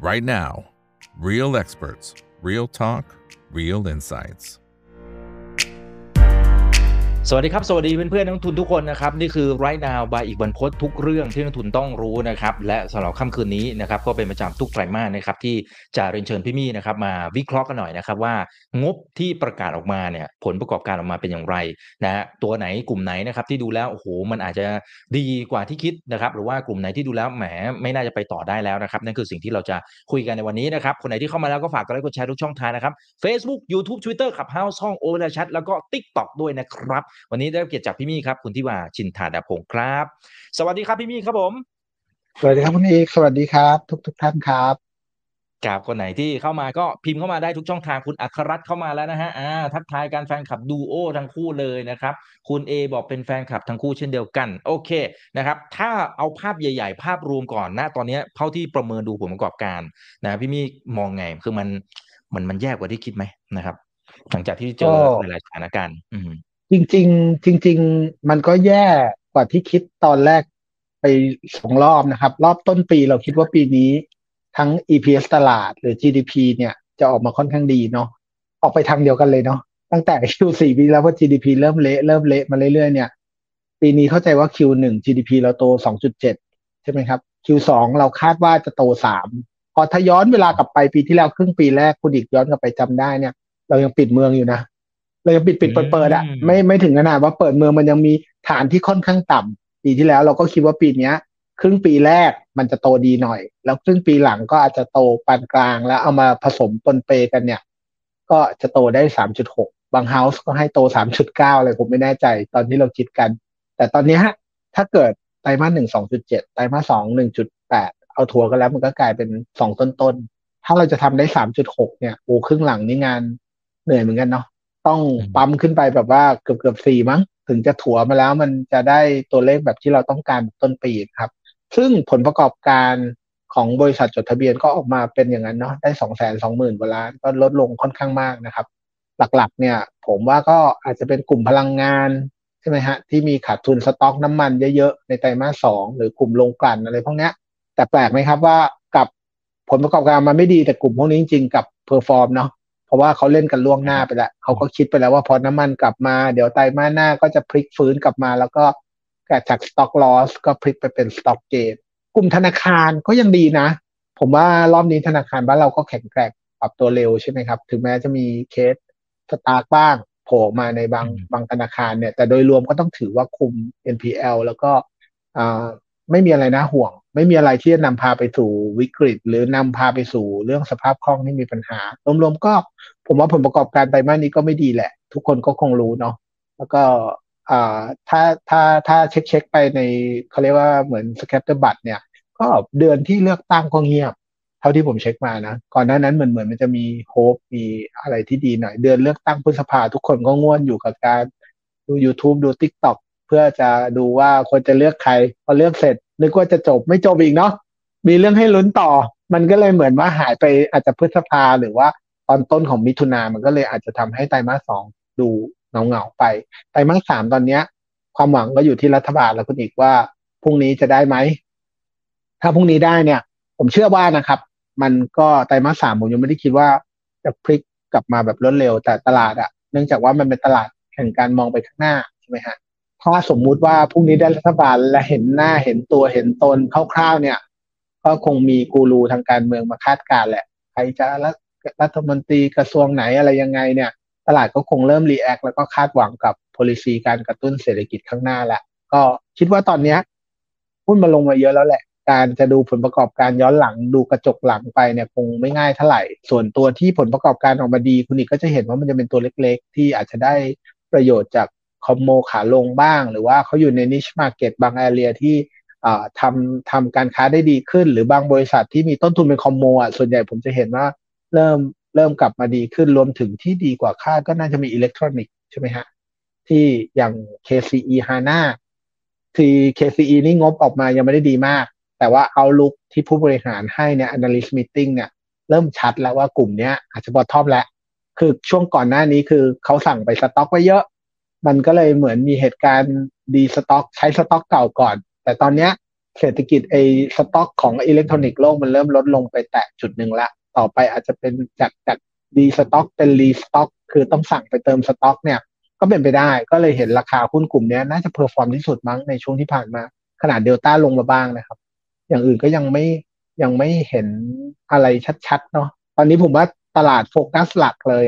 right now. Real experts, real talk, real insights. สวัสดีครับสวัสดีเพื่อนๆนักลงทุนทุกคนนะครับนี่คือ Right Now by อีกบรรพตทุกเรื่องที่นักลงทุนต้องรู้นะครับและสำหรับค่ำคืนนี้นะครับก็เป็นประจำทุกไตรมาสนะครับที่จะเรียนเชิญพี่มี่นะครับมาวิเคราะห์กันหน่อยนะครับว่างบที่ประกาศออกมาเนี่ยผลประกอบการออกมาเป็นอย่างไรนะฮะตัวไหนกลุ่มไหนนะครับที่ดูแล้วโอ้โหมันอาจจะดีกว่าที่คิดนะครับหรือว่ากลุ่มไหนที่ดูแล้วแหมไม่น่าจะไปต่อได้แล้วนะครับนั่นคือสิ่งที่เราจะคุยกันในวันนี้นะครับคนไหนที่เข้ามาแล้วก็ฝากกดไลค์กดแชร์ทุกช่องทางนะครับ Facebook YouTube Twitter Clubhouse ช่อง Overlay Chat แล้วก็ TikTok ด้วยนะครับวันนี้ได้รับเกียรติจากพี่มี่ครับคุณทิวาชินธาดาพงศ์ครับสวัสดีครับพี่มี่ครับผมสวัสดีครับคุณเอกสวัสดีครับทุกท่านครับกับคนไหนที่เข้ามาก็พิมพ์เข้ามาได้ทุกช่องทางคุณอัครรัตน์เข้ามาแล้วนะฮะทักทายการแฟนคลับดูโอทั้งคู่เลยนะครับคุณเอบอกเป็นแฟนคลับทั้งคู่เช่นเดียวกันโอเคนะครับถ้าเอาภาพใหญ่ๆภาพรวมก่อนนะตอนนี้เท่าที่ประเมินดูผลประกอบการนะพี่มี่มองไงคือมันแย่กว่าที่คิดไหมนะครับหลังจากที่เจอหลายๆสถานการณ์จริงๆจริงๆมันก็แย่กว่าที่คิดตอนแรกไป2 รอบนะครับรอบต้นปีเราคิดว่าปีนี้ทั้ง EPS ตลาดหรือ GDP เนี่ยจะออกมาค่อนข้างดีเนาะออกไปทางเดียวกันเลยเนาะตั้งแต่ Q4 ปีแล้วว่า GDP เริ่มเละมาเรื่อยๆเนี่ยปีนี้เข้าใจว่า Q1 GDP เราโต 2.7 ใช่ไหมครับ Q2 เราคาดว่าจะโต 3พอถ้าย้อนเวลากลับไปปีที่แล้วครึ่งปีแรกคุณอีกย้อนกลับไปจำได้เนี่ยเรายังปิดเมืองอยู่นะเรายังปิดเปิดอ่ะไม่ถึงขนาดว่าเปิดเมืองมันยังมีฐานที่ค่อนข้างต่ำปีที่แล้วเราก็คิดว่าปีนี้ครึ่งปีแรกมันจะโตดีหน่อยแล้วครึ่งปีหลังก็อาจจะโตปานกลางแล้วเอามาผสมปนเปกันเนี่ยก็จะโตได้ 3.6 บางเฮาส์ก็ให้โต 3.9 เลยผมไม่แน่ใจตอนที่เราคิดกันแต่ตอนนี้ถ้าเกิดไตรมาส 1 2.7 ไตรมาส 2 1.8 เอาถัวกันแล้วมันก็กลายเป็น2ต้นถ้าเราจะทำได้ 3.6 เนี่ยโอ้ครึ่งหลังนี่งานเหนื่อยเหมือนกันเนาะต้องปั๊มขึ้นไปแบบว่าเกือบ4มั้งถึงจะถัวมาแล้วมันจะได้ตัวเลขแบบที่เราต้องการต้นปีครับซึ่งผลประกอบการของบริษัทจดทะเบียนก็ออกมาเป็นอย่างนั้นเนาะได้220,000 กว่าล้านก็ลดลงค่อนข้างมากนะครับหลักๆเนี่ยผมว่าก็อาจจะเป็นกลุ่มพลังงานใช่ไหมฮะที่มีขาดทุนสต็อกน้ำมันเยอะๆในไตรมาส 2หรือกลุ่มโรงกลั่นอะไรพวกเนี้ยแต่แปลกไหมครับว่ากับผลประกอบการมันไม่ดีแต่กลุ่มพวกนี้จริงๆกับเพอร์ฟอร์มเนาะเพราะว่าเขาเล่นกันล่วงหน้าไปแล้วเขาก็คิดไปแล้วว่าพอน้ำมันกลับมาเดี๋ยวไตรมาสหน้าก็จะพลิกฟื้นกลับมาแล้วก็จากสต็อกลอสก็พลิกไปเป็นสต็อกเกนกลุ่มธนาคารก็ยังดีนะผมว่ารอบนี้ธนาคารบ้านเราก็แข็งแกร่งปรับตัวเร็วใช่ไหมครับถึงแม้จะมีเคสสตาร์กบ้างโผล่มาในบางธนาคารเนี่ยแต่โดยรวมก็ต้องถือว่าคุม NPL แล้วก็อ่าไม่มีอะไรน่าห่วงไม่มีอะไรที่จะนำพาไปสู่วิกฤตหรือนำพาไปสู่เรื่องสภาพคล่องที่มีปัญหารวมๆก็ผมว่าผลประกอบการไตรมาสนี้ก็ไม่ดีแหละทุกคนก็คงรู้เนาะแล้วก็อ่าถ้าถ้าเช็คไปในเขาเรียกว่าเหมือนสแคปเตอร์บัตเนี่ยก็เดือนที่เลือกตั้งก็เงียบเท่าที่ผมเช็คมานะก่อนหน้านั้นเหมือนมันจะมีโฮปมีอะไรที่ดีหน่อยเดือนเลือกตั้งพฤษภาทุกคนก็ง่วนอยู่กับการดู YouTube ดู TikTok เพื่อจะดูว่าคนจะเลือกใครพอเลือกเสร็จนึกว่าจะจบไม่จบอีกเนาะมีเรื่องให้ลุ้นต่อมันก็เลยเหมือนว่าหายไปอาจจะพฤษภาหรือว่าตอนต้นของมิถุนามันก็เลยอาจจะทำให้ไตรมาส 2ดูเงาไปไตรมาส 3ตอนเนี้ยความหวังก็อยู่ที่รัฐบาลแล้วคุณอีกว่าพรุ่งนี้จะได้ไหมถ้าพรุ่งนี้ได้เนี่ยผมเชื่อว่านะครับมันก็ไตรมาส 3ผมยังไม่ได้คิดว่าจะพลิกกลับมาแบบรวดเร็วแต่ตลาดเนื่องจากว่ามันเป็นตลาดแห่งการมองไปข้างหน้าใช่ไหมฮะถ้าสมมุติว่าพรุ่งนี้ได้รัฐบาลและเห็นหน้าเห็นตัวเห็นตนคร่าวๆเนี่ยก็คงมีกูรูทางการเมืองมาคาดการณ์แหละใครจะรัฐมนตรีกระทรวงไหนอะไรยังไงเนี่ยตลาดก็คงเริ่มรีแอคแล้วก็คาดหวังกับ policy การกระตุ้นเศรษฐกิจข้างหน้าแหละก็คิดว่าตอนเนี้ยหุ้นมาลงมาเยอะแล้วแหละการจะดูผลประกอบการย้อนหลังดูกระจกหลังไปเนี่ยคงไม่ง่ายเท่าไหร่ส่วนตัวที่ผลประกอบการออกมาดีคุณอีกก็จะเห็นว่ามันจะเป็นตัวเล็กๆที่อาจจะได้ประโยชน์จากคอมโมขาลงบ้างหรือว่าเขาอยู่ใน niche market บาง area ที่ทำการค้าได้ดีขึ้นหรือบางบริษัทที่มีต้นทุนเป็นคอมโมส่วนใหญ่ผมจะเห็นว่าเริ่มกลับมาดีขึ้นรวมถึงที่ดีกว่าคาดก็น่าจะมีอิเล็กทรอนิกส์ใช่ไหมฮะที่อย่าง KCE HANA ที่ KCE นี่งบออกมายังไม่ได้ดีมากแต่ว่า outlook ที่ผู้บริหารให้เนี่ย analyst meeting เนี่ยเริ่มชัดแล้วว่ากลุ่มเนี้ยอาจจะ bottom แล้วคือช่วงก่อนหน้านี้คือเขาสั่งไปสต็อกไว้เยอะมันก็เลยเหมือนมีเหตุการณ์ดีสต็อกใช้สต็อกเก่าก่อนแต่ตอนเนี้ยเศรษฐกิจสต็อกของอิเล็กทรอนิกส์โลกมันเริ่มลดลงไปแตะจุดหนึ่งละต่อไปอาจจะเป็นจากดีสต็อกเป็นรีสต็อกคือต้องสั่งไปเติมสต็อกเนี่ยก็เป็นไปได้ก็เลยเห็นราคาหุ้นกลุ่มนี้น่าจะเพอร์ฟอร์มที่สุดมั้งในช่วงที่ผ่านมาขนาดเดลต้าลงมาบ้างนะครับอย่างอื่นก็ยังไม่เห็นอะไรชัดๆเนาะตอนนี้ผมว่าตลาดโฟกัสหลักเลย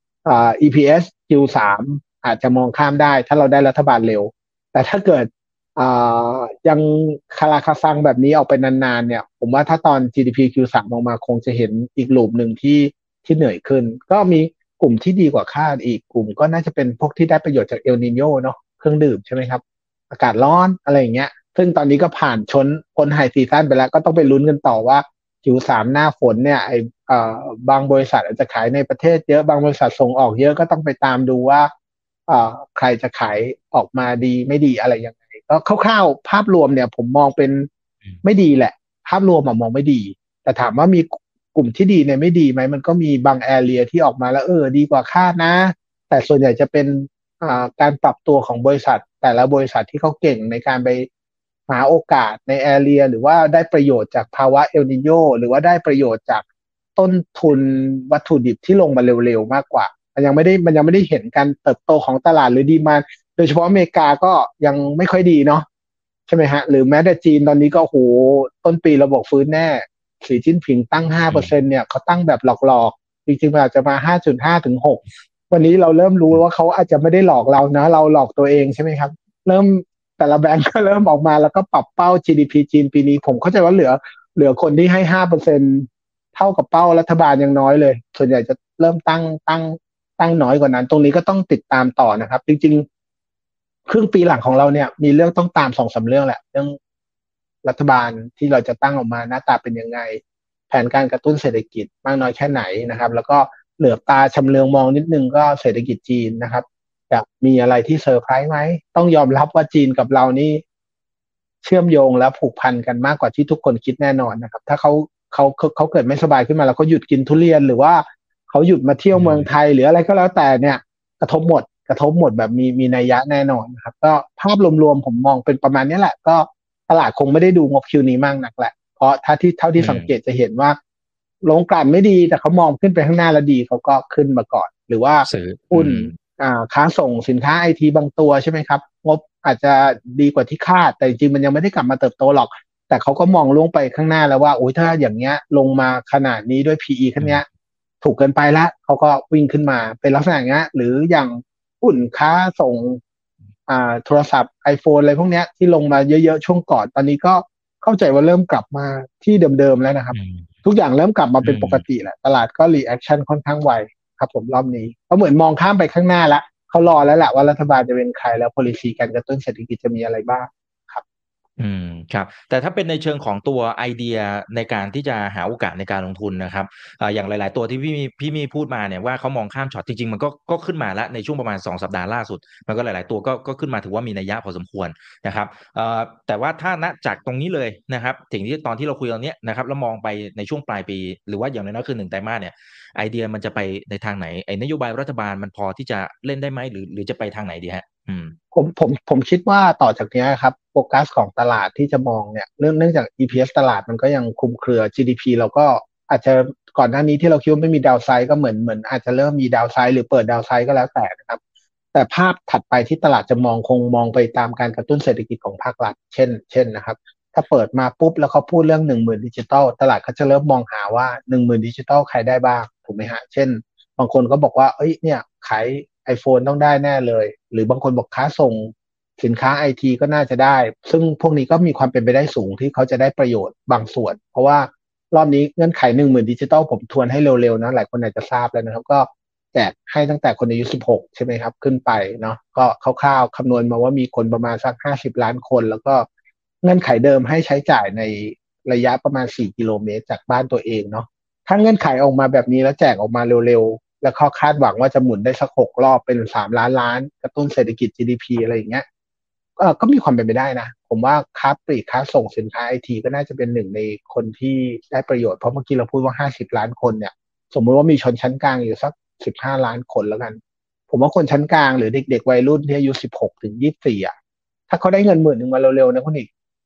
EPS Q3 อาจจะมองข้ามได้ถ้าเราได้รัฐบาลเร็วแต่ถ้าเกิดอ่ยังคาราคาซังแบบนี้ออกไปนานๆเนี่ยผมว่าถ้าตอน GDP Q3 ออกมาคงจะเห็นอีกลูปหนึ่งที่เหนื่อยขึ้นก็มีกลุ่มที่ดีกว่าคาดอีกกลุ่มก็น่าจะเป็นพวกที่ได้ประโยชน์จากเอลนีโญเนาะเครื่องดื่มใช่ไหมครับอากาศร้อนอะไรอย่างเงี้ยซึ่งตอนนี้ก็ผ่านพ้นไฮซีซั่นไปแล้วก็ต้องไปลุ้นกันต่อว่า Q3 หน้าฝนเนี่ยบางบริษัทอาจจะขายในประเทศเยอะบางบริษัทส่งออกเยอะก็ต้องไปตามดูว่าใครจะขายออกมาดีไม่ดีอะไรยังไงก็คร่าวๆภาพรวมเนี่ยผมมองเป็นไม่ดีแหละภาพรวมมองไม่ดีแต่ถามว่ามีกลุ่มที่ดีในไม่ดีไหมมันก็มีบางแอเรียที่ออกมาแล้วดีกว่าคาดนะแต่ส่วนใหญ่จะเป็นการปรับตัวของบริษัทแต่ละบริษัทที่เขาเก่งในการไปหาโอกาสในแอเรียหรือว่าได้ประโยชน์จากภาวะเอลนิโญหรือว่าได้ประโยชน์จากต้นทุนวัตถุดิบที่ลงมาเร็วๆมากกว่ามันยังไม่ได้เห็นการเติบโตของตลาดหรือดีมานด์โดยเฉพาะอเมริกาก็ยังไม่ค่อยดีเนาะใช่ไหมฮะหรือแม้แต่จีนตอนนี้ก็โหต้นปีเราบอกฟื้นแน่สีจิ้นผิงตั้ง5%เนี่ยเขาตั้งแบบหลอกๆจริงๆมันอาจจะมา5.5ถึง6วันนี้เราเริ่มรู้ว่าเขาอาจจะไม่ได้หลอกเรานะเราหลอกตัวเองใช่ไหมครับเริ่มแต่ละแบงก์ก็เริ่มออกมาแล้วก็ปรับเป้า GDP จีนปีนี้ผมเข้าใจว่าเหลือคนที่ให้5%เท่ากับเป้ารัฐบาลยังน้อยเลยส่วนใหญ่จะเริ่มตั้งน้อยกว่านั้นตรงนี้ก็ต้องติดตามต่อนะครับจริงๆครึ่งปีหลังของเราเนี่ยมีเรื่องต้องตาม2-3เรื่องแหละเรื่องรัฐบาลที่เราจะตั้งออกมาหน้าตาเป็นยังไงแผนการกระตุ้นเศรษฐกิจมากน้อยแค่ไหนนะครับแล้วก็เหลือบตาชำเลืองมองนิดนึงก็เศรษฐกิจจีนนะครับจะมีอะไรที่เซอร์ไพรส์ไหมต้องยอมรับว่าจีนกับเรานี่เชื่อมโยงและผูกพันกันมากกว่าที่ทุกคนคิดแน่นอนนะครับถ้าเขาเกิดไม่สบายขึ้นมาแล้วเขาหยุดกินทุเรียนหรือว่าเขาหยุดมาเที่ยวเมืองไทยหรืออะไรก็แล้วแต่เนี่ยกระทบหมดแบบมีนัยยะแน่นอนนะครับก็ภาพรวมๆผมมองเป็นประมาณนี้แหละก็ตลาดคงไม่ได้ดูงบคิวนี้มากนักแหละเพราะเท่าที่สังเกตจะเห็นว่าลงกลั่นไม่ดีแต่เขามองขึ้นไปข้างหน้าแล้วดีเขาก็ขึ้นมาก่อนหรือว่าซื้อหุ้นค้าส่งสินค้าไอทีบางตัวใช่ไหมครับงบอาจจะดีกว่าที่คาดแต่จริงๆมันยังไม่ได้กลับมาเติบโตหรอกแต่เขาก็มองล่วงไปข้างหน้าแล้วว่าโอ้ยถ้าอย่างเงี้ยลงมาขนาดนี้ด้วย PE ขั้นเนี้ยถูกเกินไปแล้วเขาก็วิ่งขึ้นมาเป็นลักษณะเงี้ยหรืออย่างหุ้นค้าส่งโทรศัพท์ iPhone อะไรพวกเนี้ยที่ลงมาเยอะๆช่วงก่อนตอนนี้ก็เข้าใจว่าเริ่มกลับมาที่เดิมๆแล้วนะครับทุกอย่างเริ่มกลับมาเป็นปกติแหละตลาดก็รีแอคชั่นค่อนข้างไวครับผมรอบนี้เขาเหมือนมองข้ามไปข้างหน้าแล้วเขารอแล้วแหละว่ารัฐบาลจะเป็นใครแล้ว policy การกระตุ้นเศรษฐกิจจะมีอะไรบ้างครับอืมครับแต่ถ้าเป็นในเชิงของตัวไอเดียในการที่จะหาโอกาสในการลงทุนนะครับอย่างหลายๆตัวที่พี่มีพูดมาเนี่ยว่าเขามองข้ามช็อตจริงๆมันก็ขึ้นมาแล้วในช่วงประมาณ2สัปดาห์ล่าสุดมันก็หลายๆตัวก็ขึ้นมาถือว่ามีนัยยะพอสมควรนะครับแต่ว่าถ้าณจากตรงนี้เลยนะครับถึงที่ตอนที่เราคุยตอนเนี้ยนะครับแล้วมองไปในช่วงปลายปีหรือว่าอย่างน้อยๆคือ1ไตรมาสเนี่ยไอเดียมันจะไปในทางไหนไอ้นโยบายรัฐบาลมันพอที่จะเล่นได้ไหมหรือจะไปทางไหนดีฮะอืมผมคิดว่าต่อจากนี้ครับโฟกัสของตลาดที่จะมองเนี่ยเนื่องจาก EPS ตลาดมันก็ยังคลุมเครือ GDP เราก็อาจจะก่อนหน้านี้ที่เราคิดว่าไม่มีดาวไซด์ก็เหมือนอาจจะเริ่มมีดาวไซด์หรือเปิดดาวไซด์ก็แล้วแต่นะครับแต่ภาพถัดไปที่ตลาดจะคงมองไปตามการกระตุ้นเศรษฐกิจของภาครัฐเช่นนะครับถ้าเปิดมาปุ๊บแล้วเขาพูดเรื่อง10,000ดิจิทัลตลาดเขาจะเริ่มมองหาว่า10,000ดิจิทัลใครได้บ้างถูกไหมฮะเช่นบางคนก็บอกว่าเอ้ยเนี่ยขาย iPhone ต้องได้แน่เลยหรือบางคนบอกค้าส่งสินค้าไอทีก็น่าจะได้ซึ่งพวกนี้ก็มีความเป็นไปได้สูงที่เขาจะได้ประโยชน์บางส่วนเพราะว่ารอบนี้เงื่อนไข10,000ดิจิตอลผมทวนให้เร็วๆนะหลายคนอาจจะทราบแล้วนะครับก็แจกให้ตั้งแต่คนอายุ16ใช่ไหมครับขึ้นไปเนาะก็คร่าวๆคำนวณมาว่ามีคนประมาณสัก50ล้านคนแล้วก็เงื่อนไขเดิมให้ใช้จ่ายในระยะประมาณ4กิโลเมตรจากบ้านตัวเองเนาะถ้าเงื่อนไขออกมาแบบนี้แล้วแจกออกมาเร็วๆแล้วเขาคาดหวังว่าจะหมุนได้สัก6 รอบเป็น3 ล้านล้านกระตุ้นเศรษฐกิจ GDP อะไรอย่างเงี้ยก็มีความเป็นไปได้นะผมว่าค้าปลีกค้าส่งสินค้าไอทีก็น่าจะเป็นหนึ่งในคนที่ได้ประโยชน์เพราะเมื่อกี้เราพูดว่า50 ล้านคนเนี่ยสมมติว่ามีชนชั้นกลางอยู่สัก15 ล้านคนแล้วกันผมว่าคนชั้นกลางหรือเด็กๆวัยรุ่นที่อายุ16 ถึง 24อ่ะถ้าเขาได้เงิน10,000มาเร็วๆนะคุณอีก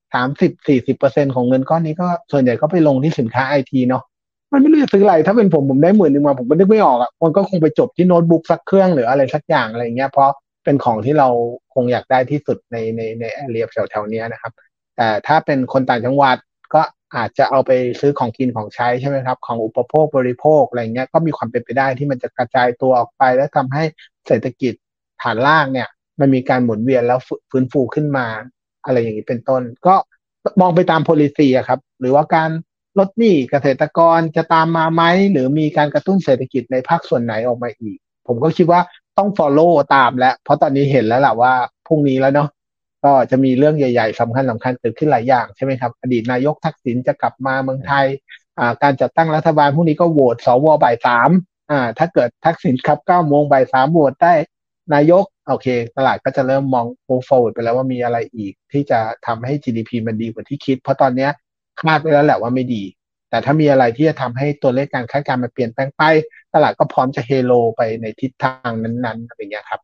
30-40%ของเงินก้อนนี้ก็ส่วนใหญ่ก็ไปลงที่สินค้าไอทีเนาะมันไม่รู้จะซื้ออะไรถ้าเป็นผมได้10,000มาผมก็นึกไม่ออกอ่ะมันก็คงไปจบที่โน้ตบุ๊กสักเครื่องหรืออะไรสักอย่างอะไรเงี้ยเพราะเป็นของที่เราคงอยากได้ที่สุดในแอเรียแถวๆเนี้ยนะครับแต่ถ้าเป็นคนต่างจังหวัดก็อาจจะเอาไปซื้อของกินของใช้ใช่ไหมครับของอุปโภคบริโภคอะไรเงี้ยก็มีความเป็นไปได้ที่มันจะกระจายตัวออกไปแล้วทำให้เศรษฐกิจฐานล่างเนี่ยมันมีการหมุนเวียนแล้วฟื้นฟูขึ้นมาอะไรอย่างนี้เป็นต้นก็มองไปตาม policy อะครับหรือว่าการลดหนี้เกษตรกรจะตามมาไหมหรือมีการกระตุ้นเศรษฐกิจในภาคส่วนไหนออกมาอีกผมก็คิดว่าต้อง follow ตามแล้วเพราะตอนนี้เห็นแล้วแหละว่าพรุ่งนี้แล้วเนาะก็จะมีเรื่องใหญ่ๆสำคัญเกิดขึ้นหลายอย่างใช่ไหมครับอดีตนายกทักษิณจะกลับมาเมืองไทยการจัดตั้งรัฐบาลพรุ่งนี้ก็โหวตสวบ่าย 3ถ้าเกิดทักษิณครับ9 โมงบ่าย 3โหวตได้นายกโอเคตลาดก็จะเริ่มมอง move forward ไปแล้วว่ามีอะไรอีกที่จะทำให้ GDP มันดีกว่าที่คิดเพราะตอนเนี้ยคาดไว้แล้วแหละว่าไม่ดีแต่ถ้ามีอะไรที่จะทำให้ตัวเลขการคาดการณ์มันเปลี่ยนแปลงไปตลาดก็พร้อมจะเฮโลไปในทิศทางนั้นๆอะไรอย่างเงี้ยครับ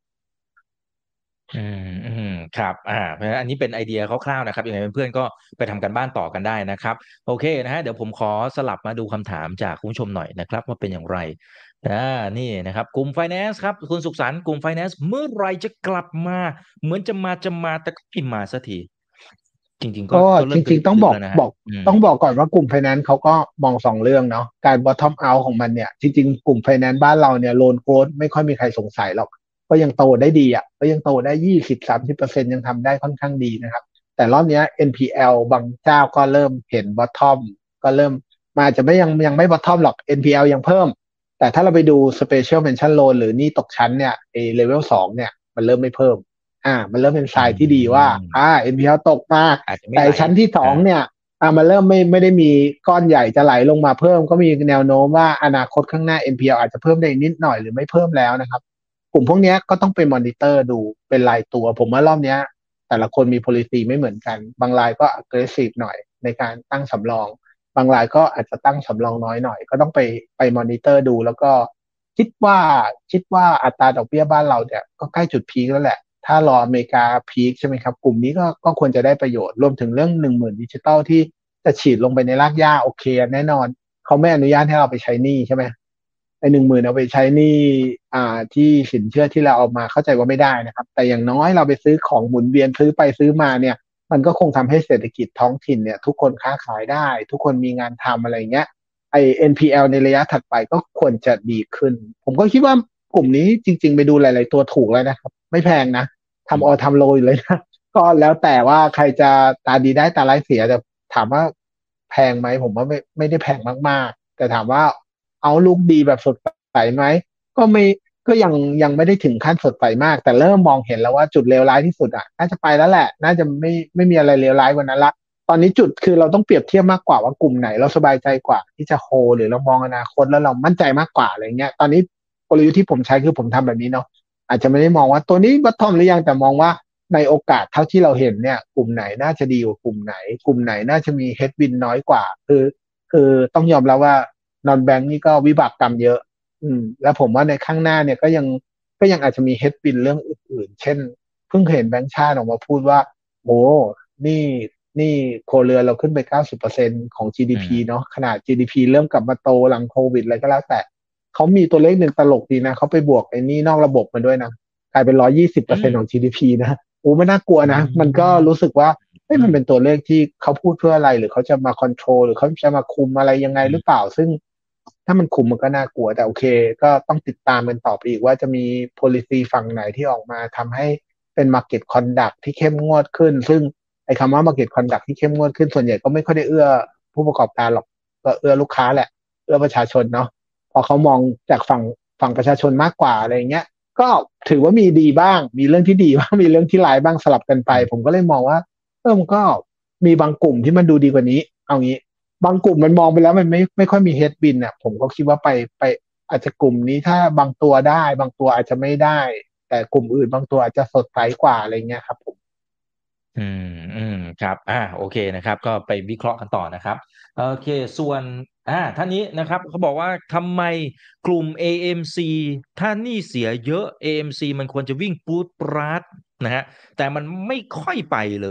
ครับเพราะฉะนั้นอันนี้เป็นไอเดียคร่าวๆนะครับยังไงเพื่อนๆก็ไปทำการบ้านต่อกันได้นะครับโอเคนะฮะเดี๋ยวผมขอสลับมาดูคำถามจากคุณผู้ชมหน่อยนะครับว่าเป็นอย่างไรนี่นะครับกลุ่ม Finance ครับคุณสุขสันต์กลุ่ม Finance เมื่อไหรจะกลับมาเหมือนจะมาแต่ก็ไม่มาสักทีจริงๆก็ก็ก็เริ่มกระจริงๆต้องดึบๆแล้วนะฮะบอกต้องบอกก่อนว่ากลุ่มไฟแนนซ์เขาก็มอง2 เรื่องเนาะการ bottom out ของมันเนี่ยจริงๆกลุ่มไฟแนนซ์บ้านเราเนี่ยโลนโค้ดไม่ค่อยมีใครสงสัยหรอกก็ยังโตได้ดีอ่ะก็ยังโตได้20-30%ยังทำได้ค่อนข้างดีนะครับแต่รอบเนี้ย NPL บางเจ้าก็เริ่มเห็น bottom ก็เริ่มมาอาจจะไม่ยังไม่ bottom หรอก NPL ยังเพิ่มแต่ถ้าเราไปดู special mention loan หรือหนี้ตกชั้นเนี่ยlevel 2เนี่ยมันเริ่มไม่เพิ่ม มันเริ่มเป็นทอืรายที่ดีว่าม NPL ตกมาอาจจะไม่ไหลแต่ชั้นที่สออางเนี่ยมันเริ่มไม่ได้มีก้อนใหญ่จะไหลลงมาเพิ่มก็มีแนวโน้มว่าอนาคตข้างหน้า NPL อาจจะเพิ่มได้นิดหน่อยหรือไม่เพิ่มแล้วนะครับกลุ่มพวกเนี้ยก็ต้องไปมอนิเตอร์ดูเป็นรายตัวผมว่ารอบเนี้ยแต่ละคนมี policy ไม่เหมือนกันบางรายก็ aggressive หน่อยในการตั้งสำรองบางรายก็อาจจะตั้งสำรองน้อยหน่อยก็ต้องไปมอนิเตอร์ดูแล้วก็คิดว่าคิดว่าอัตราดอกเบี้ยบ้านเราเนี่ยก็ใกล้จุดพีคแล้วแหละ ถ้ารออเมริกาพีคใช่ไหมครับกลุ่มนี้ก็ควรจะได้ประโยชน์รวมถึงเรื่อง10,000ดิจิตอลที่จะฉีดลงไปในรากหญ้าโอเคแน่นอนเขาไม่อนุญาตให้เราไปใช้หนี้ใช่ไหมไอ้10,000เอาไปใช้หนี้ที่สินเชื่อที่เราเอามาเข้าใจว่าไม่ได้นะครับแต่อย่างน้อยเราไปซื้อของหมุนเวียนซื้อไปซื้อมาเนี่ยมันก็คงทำให้เศรษฐกิจท้องถิ่นเนี่ยทุกคนค้าขายได้ทุกคนมีงานทำอะไรเงี้ยไอ้ NPL ในระยะถัดไปก็ควรจะดีขึ้นผมก็คิดว่ากลุ่มนี้จริงๆไปดูหลายๆตัวถูกแล้วนะครับไม่แพงนะอืทำออทำโลอยู่เลยนะก็แล้วแต่ว่าใครจะตาดีได้ตาร้ายเสียแต่ถามว่าแพงไหมผมว่าไม่ได้แพงมากๆแต่ถามว่าเอาลูกดีแบบสดใสไหมก็ไม่ก็ยังไม่ได้ถึงขั้นสดใสมากแต่เริ่มมองเห็นแล้วว่าจุดเลวร้ายที่สุดอ่ะน่าจะไปแล้วแหละน่าจะไม่มีอะไรเลวร้ายกว่านั้นละตอนนี้จุดคือเราต้องเปรียบเทียบมากกว่าว่ากลุ่มไหนเราสบายใจกว่าที่จะโฮหรือเรามองอนาคตแล้วเรามั่นใจมากกว่าอะไรเงี้ยตอนนี้กลยุทธ์ที่ผมใช้คือผมทำแบบนี้เนาะ อาจจะไม่ได้มองว่าตัวนี้บัตทอมหรือยังแต่มองว่าในโอกาสเท่าที่เราเห็นเนี่ยกลุ่มไหนน่าจะดีกว่ากลุ่มไหนกลุ่มไหนน่าจะมีเฮดวินน้อยกว่าคือต้องยอมรับว่านอนแบงก์นี่ก็วิบากกรรมเยอะแล้วผมว่าในข้างหน้าเนี่ยก็ยังอาจจะมีเฮดวินเรื่องอื่นๆเช่นเพิ่งเห็นแบงก์ชาติออกมาพูดว่าโอ้นี่นี่ครัวเรือนเราขึ้นไป90%ของ GDP มเนาะขนาด GDP เริ่มกลับมาโตหลังโควิดอะไรก็แล้วแต่ เขามีตัวเลขหนึ่งตลกดีนะเขาไปบวกไอ้นี่นอกระบบมาด้วยนะกลายเป็นอืม 120%ของ GDP นะโอ้ไม่น่ากลัวอืนะมันก็รู้มสึกว่าเฮ้ยอืมมันเป็นตัวเลขที่เขาพูดเพื่ออะไรหรือเขาจะมาคอนโทรลหรือเขาจะมาคุมอะไรยังไงหรือเปล่าซึ่งถ้ามันคุมมันก็น่ากลัวแต่โอเคก็ต้องติดตามกันต่อไปอีกว่าจะมี policy ฝั่งไหนที่ออกมาทำให้เป็น market conduct ที่เข้มงวดขึ้นซึ่งไอ้คำว่า market conduct ที่เข้มงวดขึ้นส่วนใหญ่ก็ไม่ค่อยได้เอื้อผู้ประกอบการหรอกก็เอื้อลูกค้าแหละเอื้อประชาชนเนาะ พอเขามองจากฝั่งประชาชนมากกว่าอะไรเงี้ยก็ถือว่ามีดีบ้างมีเรื่องที่ดีบ้างมีเรื่องที่ร้ายบ้างสลับกันไปผมก็เลยมองว่ามันก็มีบางกลุ่มที่มันดูดีกว่านี้เอางี้บางกลุ่มมันมองไปแล้วมันไม่ค่อยมีเฮดบินอ่ะผมก็คิดว่าไปอาจจะกลุ่มนี้ถ้าบางตัวได้บางตัวอาจจะไม่ได้แต่กลุ่มอื่นบางตัวอาจจะสดใสกว่าอะไรเงี้ยครับผมอืมครับโอเคนะครับก็ไปวิเคราะห์กันต่อนะครับโอเคส่วนท่านนี้นะครับเขาบอกว่าทำไมกลุ่ม AMC ถ้าหนี้เสียเยอะ AMC มันควรจะวิ่งปู๊ดปราดนะฮะแต่มันไม่ค่อยไปเลย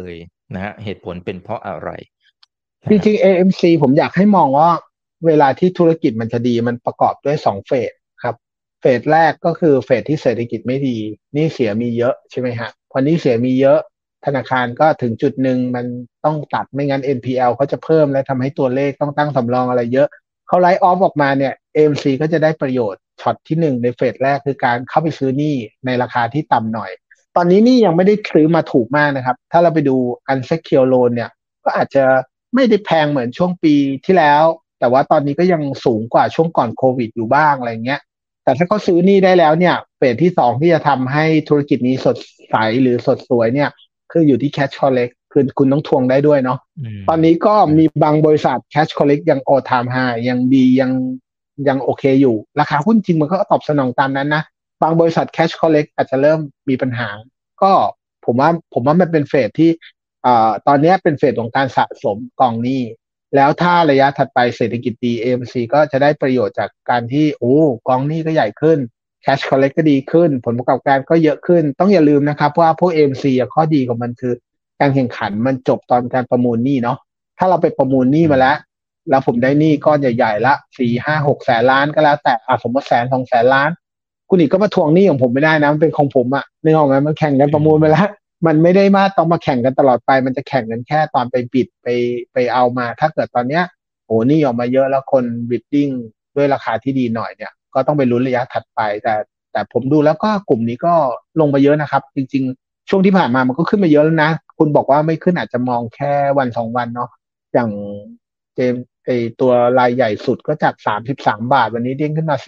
นะฮะเหตุผลเป็นเพราะอะไรจนะฮะริงๆ AMC ผมอยากให้มองว่าเวลาที่ธุรกิจมันจะดีมันประกอบด้วย2เฟสครับเฟสแรกก็คือเฟสที่เศรษฐกิจไม่ดีหนี้เสียมีเยอะใช่ไหมฮะพอหนี้เสียมีเยอะธนาคารก็ถึงจุดหนึ่งมันต้องตัดไม่งั้น NPL เขาจะเพิ่มและทำให้ตัวเลขต้องตั้งสำรองอะไรเยอะเขาไลฟ์ออฟออกมาเนี่ย AMC ก็จะได้ประโยชน์ช็อตที่หนึ่งในเฟสแรกคือการเข้าไปซื้อหนี้ในราคาที่ต่ำหน่อยตอนนี้หนี่ยังไม่ได้ซื้อมาถูกมากนะครับถ้าเราไปดู unsecured loan เนี่ย ก็อาจจะไม่ได้แพงเหมือนช่วงปีที่แล้ว แต่ว่าตอนนี้ก็ยังสูงกว่าช่วงก่อนโควิดอยู่บ้างอะไรเงี้ยแต่ถ้าเขาซื้อนี่ได้แล้วเนี่ยเฟสที่สองที่จะทำให้ธุรกิจนี้สดใสหรือสดสวยเนี่ยคืออยู่ที่ cash collect คือคุณต้องทวงได้ด้วยเนาะอืมตอนนี้ก็อืมมีบางบริษัท cash collect ยัง all time high ยังดียังโอเคอยู่ราคาหุ้นจริงมันก็ตอบสนองตามนั้นนะบางบริษัท cash collect อาจจะเริ่มมีปัญหาก็ผมว่ามันเป็นเฟสที่ ตอนนี้เป็นเฟสของการสะสมกองหนี้แล้วถ้าระยะถัดไปเศรษฐกิจดี AMC ก็จะได้ประโยชน์จากการที่โอ้กองหนี้ก็ใหญ่ขึ้น Cash Collect ก็ดีขึ้นผลประกอบการก็เยอะขึ้นต้องอย่าลืมนะครับว่าพวก AMC ข้อดีของมันคือการแข่งขันมันจบตอนการประมูลหนี้เนาะถ้าเราไปประมูลหนี้อืมมาแล้วผมได้หนี้ก้อนใหญ่ๆละ4 5 6 แสนล้านก็แล้วแต่สมมติ1 2 แสนล้านคุณอีกก็มาทวงหนี้ของผมไม่ได้นะมันเป็นของผมอะนึกออกไหมมันแข่งกันอืประมูลไปแล้วมมันไม่ได้มาต้องมาแข่งกันตลอดไป มันจะแข่งกันแค่ตอนไปบิดไปเอามา ถ้าเกิดตอนเนี้ยโอ้นี่ออกมาเยอะแล้วคนบิดดิ้งด้วยราคาที่ดีหน่อยเนี่ยก็ต้องไปลุ้นระยะถัดไปแต่ผมดูแล้วก็กลุ่มนี้ก็ลงมาเยอะนะครับจริงๆช่วงที่ผ่านมามันก็ขึ้นมาเยอะแล้วนะคุณบอกว่าไม่ขึ้นอาจจะมองแค่1 2 วันเนาะอย่างเจมไอตัวรายใหญ่สุดก็จาก33 บาทวันนี้เด้งขึ้นมา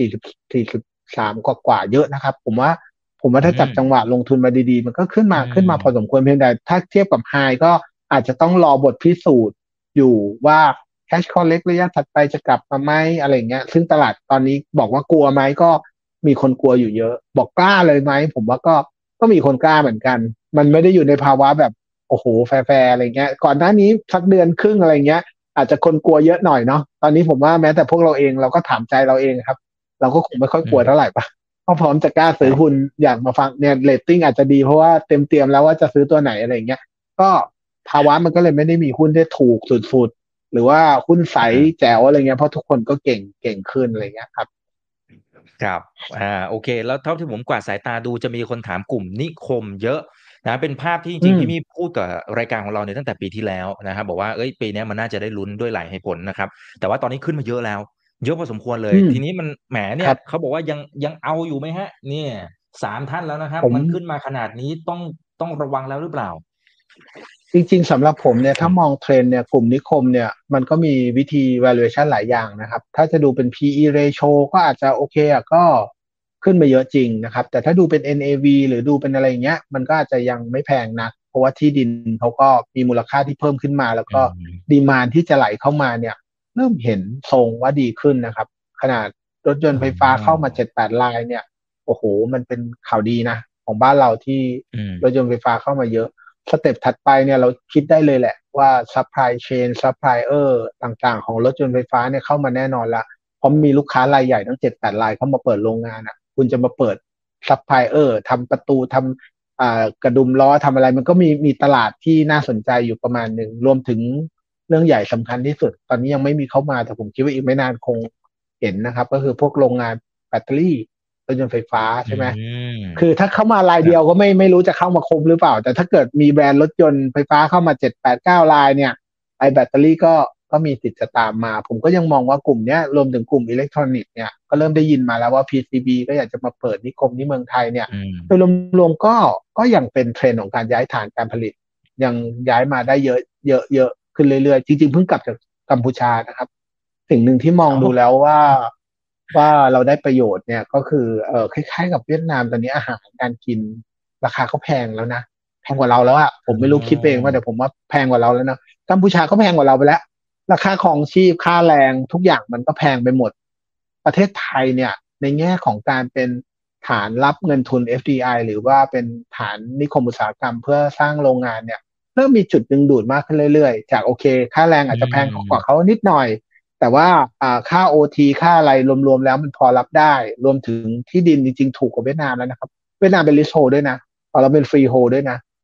43กว่าเยอะนะครับผมว่าอืถ้าจับจังหมวะลงทุนมาดีๆมันก็ขึ้นอืมาพอสมมควรเพียงแต่ถ้าเทียบกับไฮก็อาจจะต้องรอบทพิสูจน์อยู่ว่า cash collect ระยะถัดไปจะกลับมาไหมอะไรเงี้ยซึ่งตลาดตอนนี้บอกว่ากลัวไหมก็มีคนกลัวอยู่เยอะบอกกล้าเลยไหมผมว่าก็มีคนกล้าเหมือนกันมันไม่ได้อยู่ในภาวะแบบโอ้โหแฟร์อะไรเงี้ยก่อนหน้านี้สักเดือนครึ่งอะไรเงี้ยอาจจะคนกลัวเยอะหน่อยเนาะตอนนี้ผมว่าแม้แต่พวกเราเองเราก็ถามใจเราเองครับเราก็คงไม่ค่อยอืมกลัวเท่าไหร่ปะ ก็พร้อมจะกล้าซื้อหุ้นครับอยากมาฟังเนี่ยเรตติ้งอาจจะดีเพราะว่าเตรียมแล้วว่าจะซื้อตัวไหนอะไรอย่างเงี้ยก็ภาวะมันก็เลยไม่ได้มีหุ้นที่ถูกสุดๆหรือว่าหุ้นใสอ่าแจ๋วอะไรเงี้ยเพราะทุกคนก็เก่งขึ้นอะไรเงี้ยครับครับโอเคแล้วเท่าที่ผมกวาดสายตาดูจะมีคนถามกลุ่มนิคมเยอะนะเป็นภาพที่จอืมริงๆพี่มี่พูดกับรายการของเราเนี่ยตั้งแต่ปีที่แล้วนะครับบอกว่าเอ้ยปีเนี้ยมันน่าจะได้ลุ้นด้วยหลายเหตุผลนะครับแต่ว่าตอนนี้ขึ้นมาเยอะแล้วเยอะพอสมควรเลยอืมทีนี้มันแหมครับเนี่ยเขาบอกว่ายังเอาอยู่ไหมฮะเนี่ย3 ท่านแล้วนะครับผมมันขึ้นมาขนาดนี้ต้องระวังแล้วหรือเปล่าจริงๆสำหรับผมเนี่ยอืมถ้ามองเทรนด์เนี่ยกลุ่มนิคมเนี่ยมันก็มีวิธี valuation หลายอย่างนะครับถ้าจะดูเป็น PE ratio ก็อาจจะโอเคอ่ะก็ขึ้นมาเยอะจริงนะครับแต่ถ้าดูเป็น NAV หรือดูเป็นอะไรเงี้ยมันก็อาจจะยังไม่แพงนักเพราะว่าที่ดินเขาก็มีมูลค่าที่เพิ่มขึ้นมาแล้วอืก็มดีมานที่จะไหลเข้ามาเนี่ยเริ่มเห็นทรงว่าดีขึ้นนะครับขนาดรถยนอ๋ต์ไฟฟ้าเข้ามาอ 7-8 รายเนี่ยโอ้โหมันเป็นข่าวดีนะของบ้านเราที่อืมรถยนต์ไฟฟ้าเข้ามาเยอะ สเต็ปถัดไปเนี่ยเราคิดได้เลยแหละว่า supply chain supplier ต่างๆของรถยนต์ไฟฟ้าเนี่ยเข้ามาแน่นอนละเพราะมีลูกค้ารายใหญ่ทั้ง7-8 รายเข้ามาเปิดโรงงานอ่ะคุณจะมาเปิด supplier ทำประตูทำกระดุมล้อทำอะไรมันก็มีตลาดที่น่าสนใจอยู่ประมาณหนึ่งรวมถึงเรื่องใหญ่สำคัญที่สุดตอนนี้ยังไม่มีเข้ามาแต่ผมคิดว่าอีกไม่นานคงเห็นนะครับก็คือพวกโรงงานแบตเตอรี่รถยนต์ไฟฟ้าอืใช่ไหมมคือถ้าเข้ามารายครับเดียวก็ไม่รู้จะเข้ามาครบหรือเปล่าแต่ถ้าเกิดมีแบรนด์รถยนต์ไฟฟ้าเข้ามา7-8-9 รายเนี่ยไอแบตเตอรี่ก็มีสิทธิ์จะตามมาผมก็ยังมองว่ากลุ่มเนี้ยรวมถึงกลุ่มอิเล็กทรอนิกส์เนี่ยก็เริ่มได้ยินมาแล้วว่า PCB ก็อยากจะมาเปิดนิคมที่เมืองไทยเนี่ยอืมโดยรวมๆก็ยังเป็นเทรนด์ของการย้ายฐานการผลิตยังย้ายมาได้เยอะขึ้นเรื่อยๆจริงๆเพิ่งกลับจากกัมพูชานะครับสิ่งหนึ่งที่มองเอ้าดูแล้วว่าเราได้ประโยชน์เนี่ยก็คือคล้ายๆกับเวียดนามตอนนี้อาหารการกินราคาก็แพงแล้วนะแพงกว่าเราแล้วอะผอ๋มไม่รู้คิดไปเองว่าอแต่ผมว่าแพงกว่าเราแล้วนะกัมพูชาก็แพงกว่าเราไปแล้วราคาของชีพค่าแรงทุกอย่างมันก็แพงไปหมดประเทศไทยเนี่ยในแง่ของการเป็นฐานรับเงินทุน FDI หรือว่าเป็นฐานนิคมอุตสาหกรรมเพื่อสร้างโรงงานเนี่ยเริ่มมีจุดดึงดูดมากขึ้นเรื่อยๆจากโอเคค่าแรงอือาจจะแพงกว่ามเขานิดหน่อย แต่ว่าค่าโอทีค่าอะไรรวมๆแล้วมันพอรับได้รวมถึงที่ดินจริงๆถูกกว่าเวียดนามแล้วนะครับเวียดนามเป็นลิสโฮด้วยนะเราเป็นฟรีโฮด้วยนะ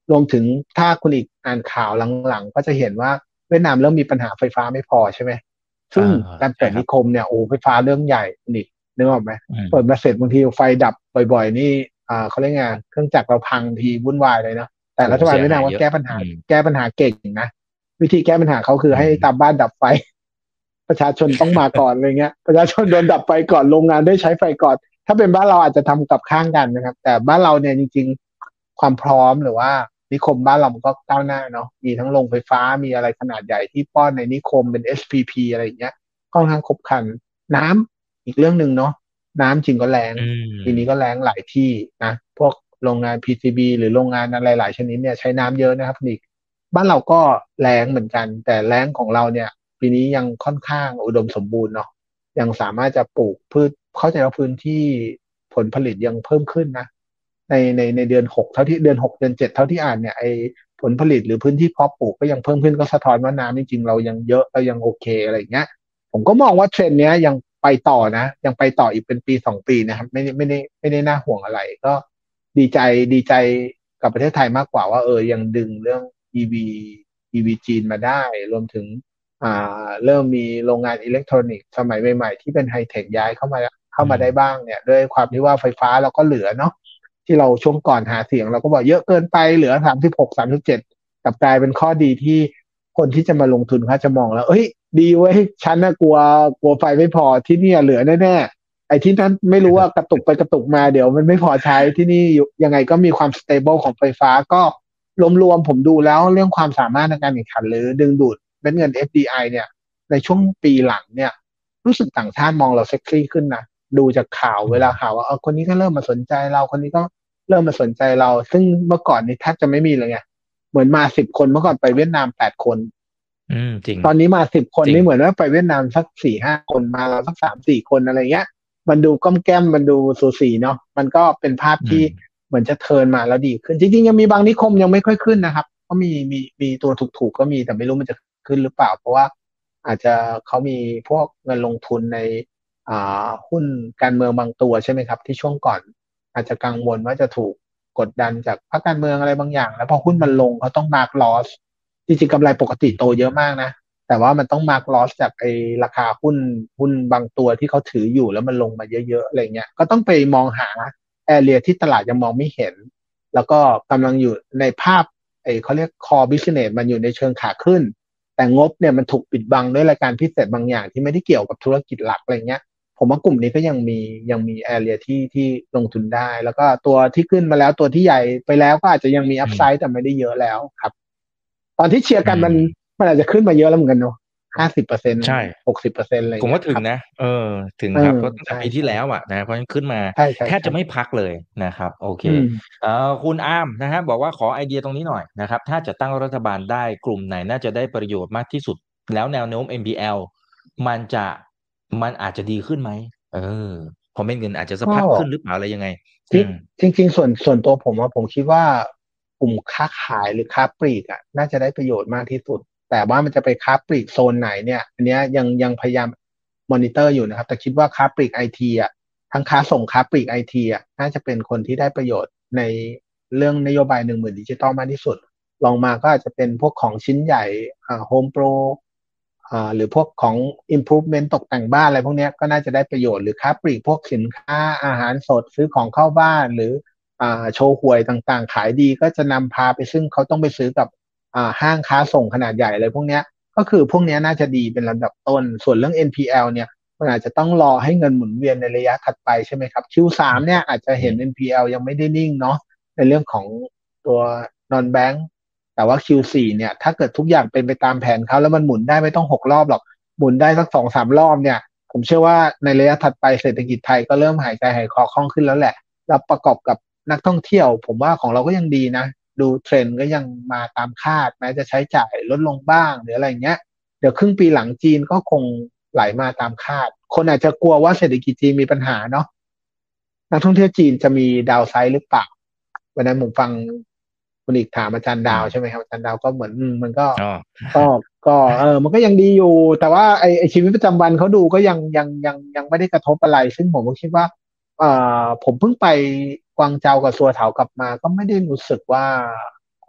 รวมถึงถ้าคุณอีกอ่านข่าวหลังๆก็จะเห็นว่าเวียดนามเริ่มมีปัญหาไฟฟ้าไม่พอใช่ไหมเออซึ่งการเปิดใช่ครับนิคมเนี่ยโอ้ไฟฟ้าเรื่องใหญ่คุณอีกนึกออกไหมอืมเปิดมาเสร็จบางทีไฟดับบ่อยๆนี่เขาเรียกไงเครื่องจักรเราพังทีวุ่นวายเลยเนาะแต่โอ้รัฐบาลเวียดเสียหายเยอะนามก็แก้ปัญหาอืมเก่งนะวิธีแก้ปัญหาเขาคืออืให้ตามมบ้านดับไฟประชาชนต้องมาก่อนอะไรเงี้ยประชาชนโดนดับไฟก่อนโรงงานได้ใช้ไฟก่อนถ้าเป็นบ้านเราอาจจะทำกับข้างกันนะครับแต่บ้านเราเนี่ยจริงๆความพร้อมหรือว่านิคมบ้านเรามันก็ก้าวหน้าเนาะมีทั้งโรงไฟฟ้ามีอะไรขนาดใหญ่ที่ป้อนในนิคมเป็น SPP อะไรอย่างเงี้ยค่อนข้างครบครันน้ำอีกเรื่องหนึ่งเนาะน้ำจริงก็แรงอืปีนี้มก็แรงหลายที่นะพวกโรงงาน PCB หรือโรงงานอะไรหลายชนิดเนี่ยใช้น้ำเยอะนะครับนี่บ้านเราก็แรงเหมือนกันแต่แรงของเราเนี่ยปีนี้ยังค่อนข้างอุดมสมบูรณ์เนาะยังสามารถจะปลูกพืชเข้าใจว่าพื้นที่ผลผลิตยังเพิ่มขึ้นนะในเดือนหกเท่าที่เดือนหกเดือนเจ็ดเท่าที่อ่านเนี่ยไอผลผลิตหรือพื้นที่เพาะปลูกก็ยังเพิ่มขึ้นก็สะท้อนว่าน้ำจริงๆเรายังเยอะเรายังโอเคอะไรอย่างเงี้ย ผมก็มองว่าเทรนด์เนี้ยยังไปต่อนะยังไปต่ออีกเป็นปี2 ปีนะครับไม่ได้น่าห่วงอะไรก็ดีใจดีใจกับประเทศไทยมากกว่าว่ายังดึงเรื่อง EV EV จีนมาได้รวมถึงเริ่มมีโรงงานอิเล็กทรอนิกส์สมัยใหม่ๆที่เป็นไฮเทคย้ายเข้ามาได้อืมบ้างเนี่ยด้วยความที่ว่าไฟฟ้าเราก็เหลือเนาะที่เราช่วงก่อนหาเสียงเราก็บอกเยอะเกินไปเหลือ36 37กลับกลายเป็นข้อดีที่คนที่จะมาลงทุนเขาจะมองแล้วเอ้ย ดีเว้ยฉันน่ะกลัวไฟไม่พอที่นี่เหลือแน่ๆไอ้ที่นั้นไม่รู้ว่ากระตุกไปกระตุกมาเดี๋ยวมันไม่พอใช้ที่นี่ยังไงก็มีความสเตเบิลของไฟฟ้าก็รวมๆผมดูแล้วเรื่องความสามารถในการแข่งขันหรือดึงดูดเม็ดเงิน FDI เนี่ยในช่วงปีหลังเนี่ยรู้สึกต่างชาติมองเราเซ็กซี่ขึ้นนะดูจากข่าวอืมเวลาข่าวว่าคนนี้ก็เริ่มมาสนใจเราคนนี้ก็เริ่มมาสนใจเราซึ่งเมื่อก่อนนี้แทบจะไม่มีเลยไงเหมือนมา10 คนเมื่อก่อนไปเวียดนาม8 คนอืมจริงตอนนี้มา10 คนจริงนี่เหมือนว่าไปเวียดนามสัก4-5 คนมาเราสัก3-4 คนอะไรเงี้ยมันดูก้อมแก้มมันดูสูสีเนาะมันก็เป็นภาพอืที่มเหมือนจะเทิร์นมาแล้วดีขึ้นจริงๆยังมีบางนิคมยังไม่ค่อยขึ้นนะครับก็มีตัวถูกๆก็มีแต่ไม่รู้มันจะขึ้นหรือเปล่าเพราะว่าอาจจะเขามีพวกเงินลงทุนในหุ้นการเมืองบางตัวใช่ไหมครับที่ช่วงก่อนอาจจะกังวลว่าจะถูกกดดันจากพรรคการเมืองอะไรบางอย่างแล้วพอหุ้นมันลงเขาต้องมาร์กลอสจริงๆกำไรปกติโตเยอะมากนะ แต่ว่ามันต้องมาร์กลอสจากไอ้ราคาหุ้นบางตัวที่เขาถืออยู่แล้วมันลงมาเยอะๆอะไรเงี้ยก็ต้องไปมองหาแอเรียที่ตลาดยังมองไม่เห็นแล้วก็กำลังอยู่ในภาพไอ้เขาเรียก core business มันอยู่ในเชิงขาขึ้นแต่งบเนี่ยมันถูกปิดบังด้วยรายการพิเศษบางอย่างที่ไม่ได้เกี่ยวกับธุรกิจหลักอะไรเงี้ยผมว่ากลุ่มนี้ก็ยังมีแอเรียที่ลงทุนได้แล้วก็ตัวที่ขึ้นมาแล้วตัวที่ใหญ่ไปแล้วก็อาจจะยังมีอัอืมพไซด์แต่ไม่ได้เยอะแล้วครับตอนที่เชียร์อืกันมันมมันอาจจะขึ้นมาเยอะแล้วเหมือนกันเนาะ50% ใช่ 60%อะไรผมเงี้ยครับว่าถึงนะถึงเออครับเพราะตั้งแต่ใช่ปีที่ใช่แล้วอะนะเพราะฉะนั้นขึ้นมาใช่ใช่ใช่แทบจะไม่พักเลยนะครับโอเคอืมคุณอาร์มนะครับบอกว่าขอไอเดียตรงนี้หน่อยนะครับถ้าจะตั้งรัฐบาลได้กลุ่มไหนน่าจะได้ประโยชน์มากที่สุดแล้วแนวโน้ม MPL มันจะมันอาจจะดีขึ้นไหมเออพอเม็ดเงินอาจจะสะก็พัดขึ้นหรือเปล่าอะไรยังไงที่อืมจริงส่วนตัวผมว่าผมคิดว่ากลุ่มค้าขายหรือค้าปลีกอ่ะน่าจะได้ประโยชน์มากที่สุดแต่ว่ามันจะไปค้าปลีกโซนไหนเนี่ยอันเนี้ยยังพยายามมอนิเตอร์อยู่นะครับแต่คิดว่าค้าปลีกไอทีอ่ะทั้งค้าส่งค้าปลีกไอทีอ่ะน่าจะเป็นคนที่ได้ประโยชน์ในเรื่องนโยบาย10,000ดิจิตอลมากที่สุด ลองมาก็อาจจะเป็นพวกของชิ้นใหญ่โฮมโปรหรือพวกของ improvement ตกแต่งบ้านอะไรพวกเนี้ยก็น่าจะได้ประโยชน์หรือค้าปลีกพวกสินค้าอาหารสดซื้อของเข้าบ้านหรือโชว์หวยต่างๆขายดีก็จะนำพาไปซึ่งเขาต้องไปซื้อกับห้างค้าส่งขนาดใหญ่อะไรพวกเนี้ยก็คือพวกเนี้ยน่าจะดีเป็นลำดับต้นส่วนเรื่อง NPL เนี่ยมันอาจจะต้องรอให้เงินหมุนเวียนในระยะถัดไปใช่ไหมครับ Q3 เนี่ยอาจจะเห็นอืม NPL ยังไม่ได้นิ่งเนาะในเรื่องของตัว non bank แต่ว่า Q4 เนี่ยถ้าเกิดทุกอย่างเป็นไปตามแผนเขาแล้วมันหมุนได้ไม่ต้อง6 รอบหรอกหมุนได้สัก2-3 รอบเนี่ยผมเชื่อว่าในระยะถัดไปเศรษฐกิจไทยก็เริ่มหายใจหายคอคล่องขึ้นแล้วแหละแล้วประกอบกับนักท่องเที่ยวผมว่าของเราก็ยังดีนะดูเทรนด์ก็ยังมาตามคาดแม้จะใช้จ่ายลดลงบ้างหรืออะไรเงี้ยเดี๋ยวครึ่งปีหลังจีนก็คงไหลมาตามคาดคนอาจจะกลัวว่าเศรษฐกิจจีนมีปัญหาเนาะ นักท่องเที่ยวจีนจะมีดาวไซด์หรือเปล่าวันนั้นผมฟังคุณอีกถามอาจารย์ดาวใช่ไหมอืมครับอาจารย์ดาวก็เหมือนมันก็อ๋อก็ก็มันก็ยังดีอยู่แต่ว่าไอชีวิตประจำวันเขาดูก็ยังไม่ได้กระทบอะไรซึ่งผมก็คิดว่าผมเพิ่งไปกวางเจากับซัวเถากลับมาก็ไม่ได้รู้สึกว่า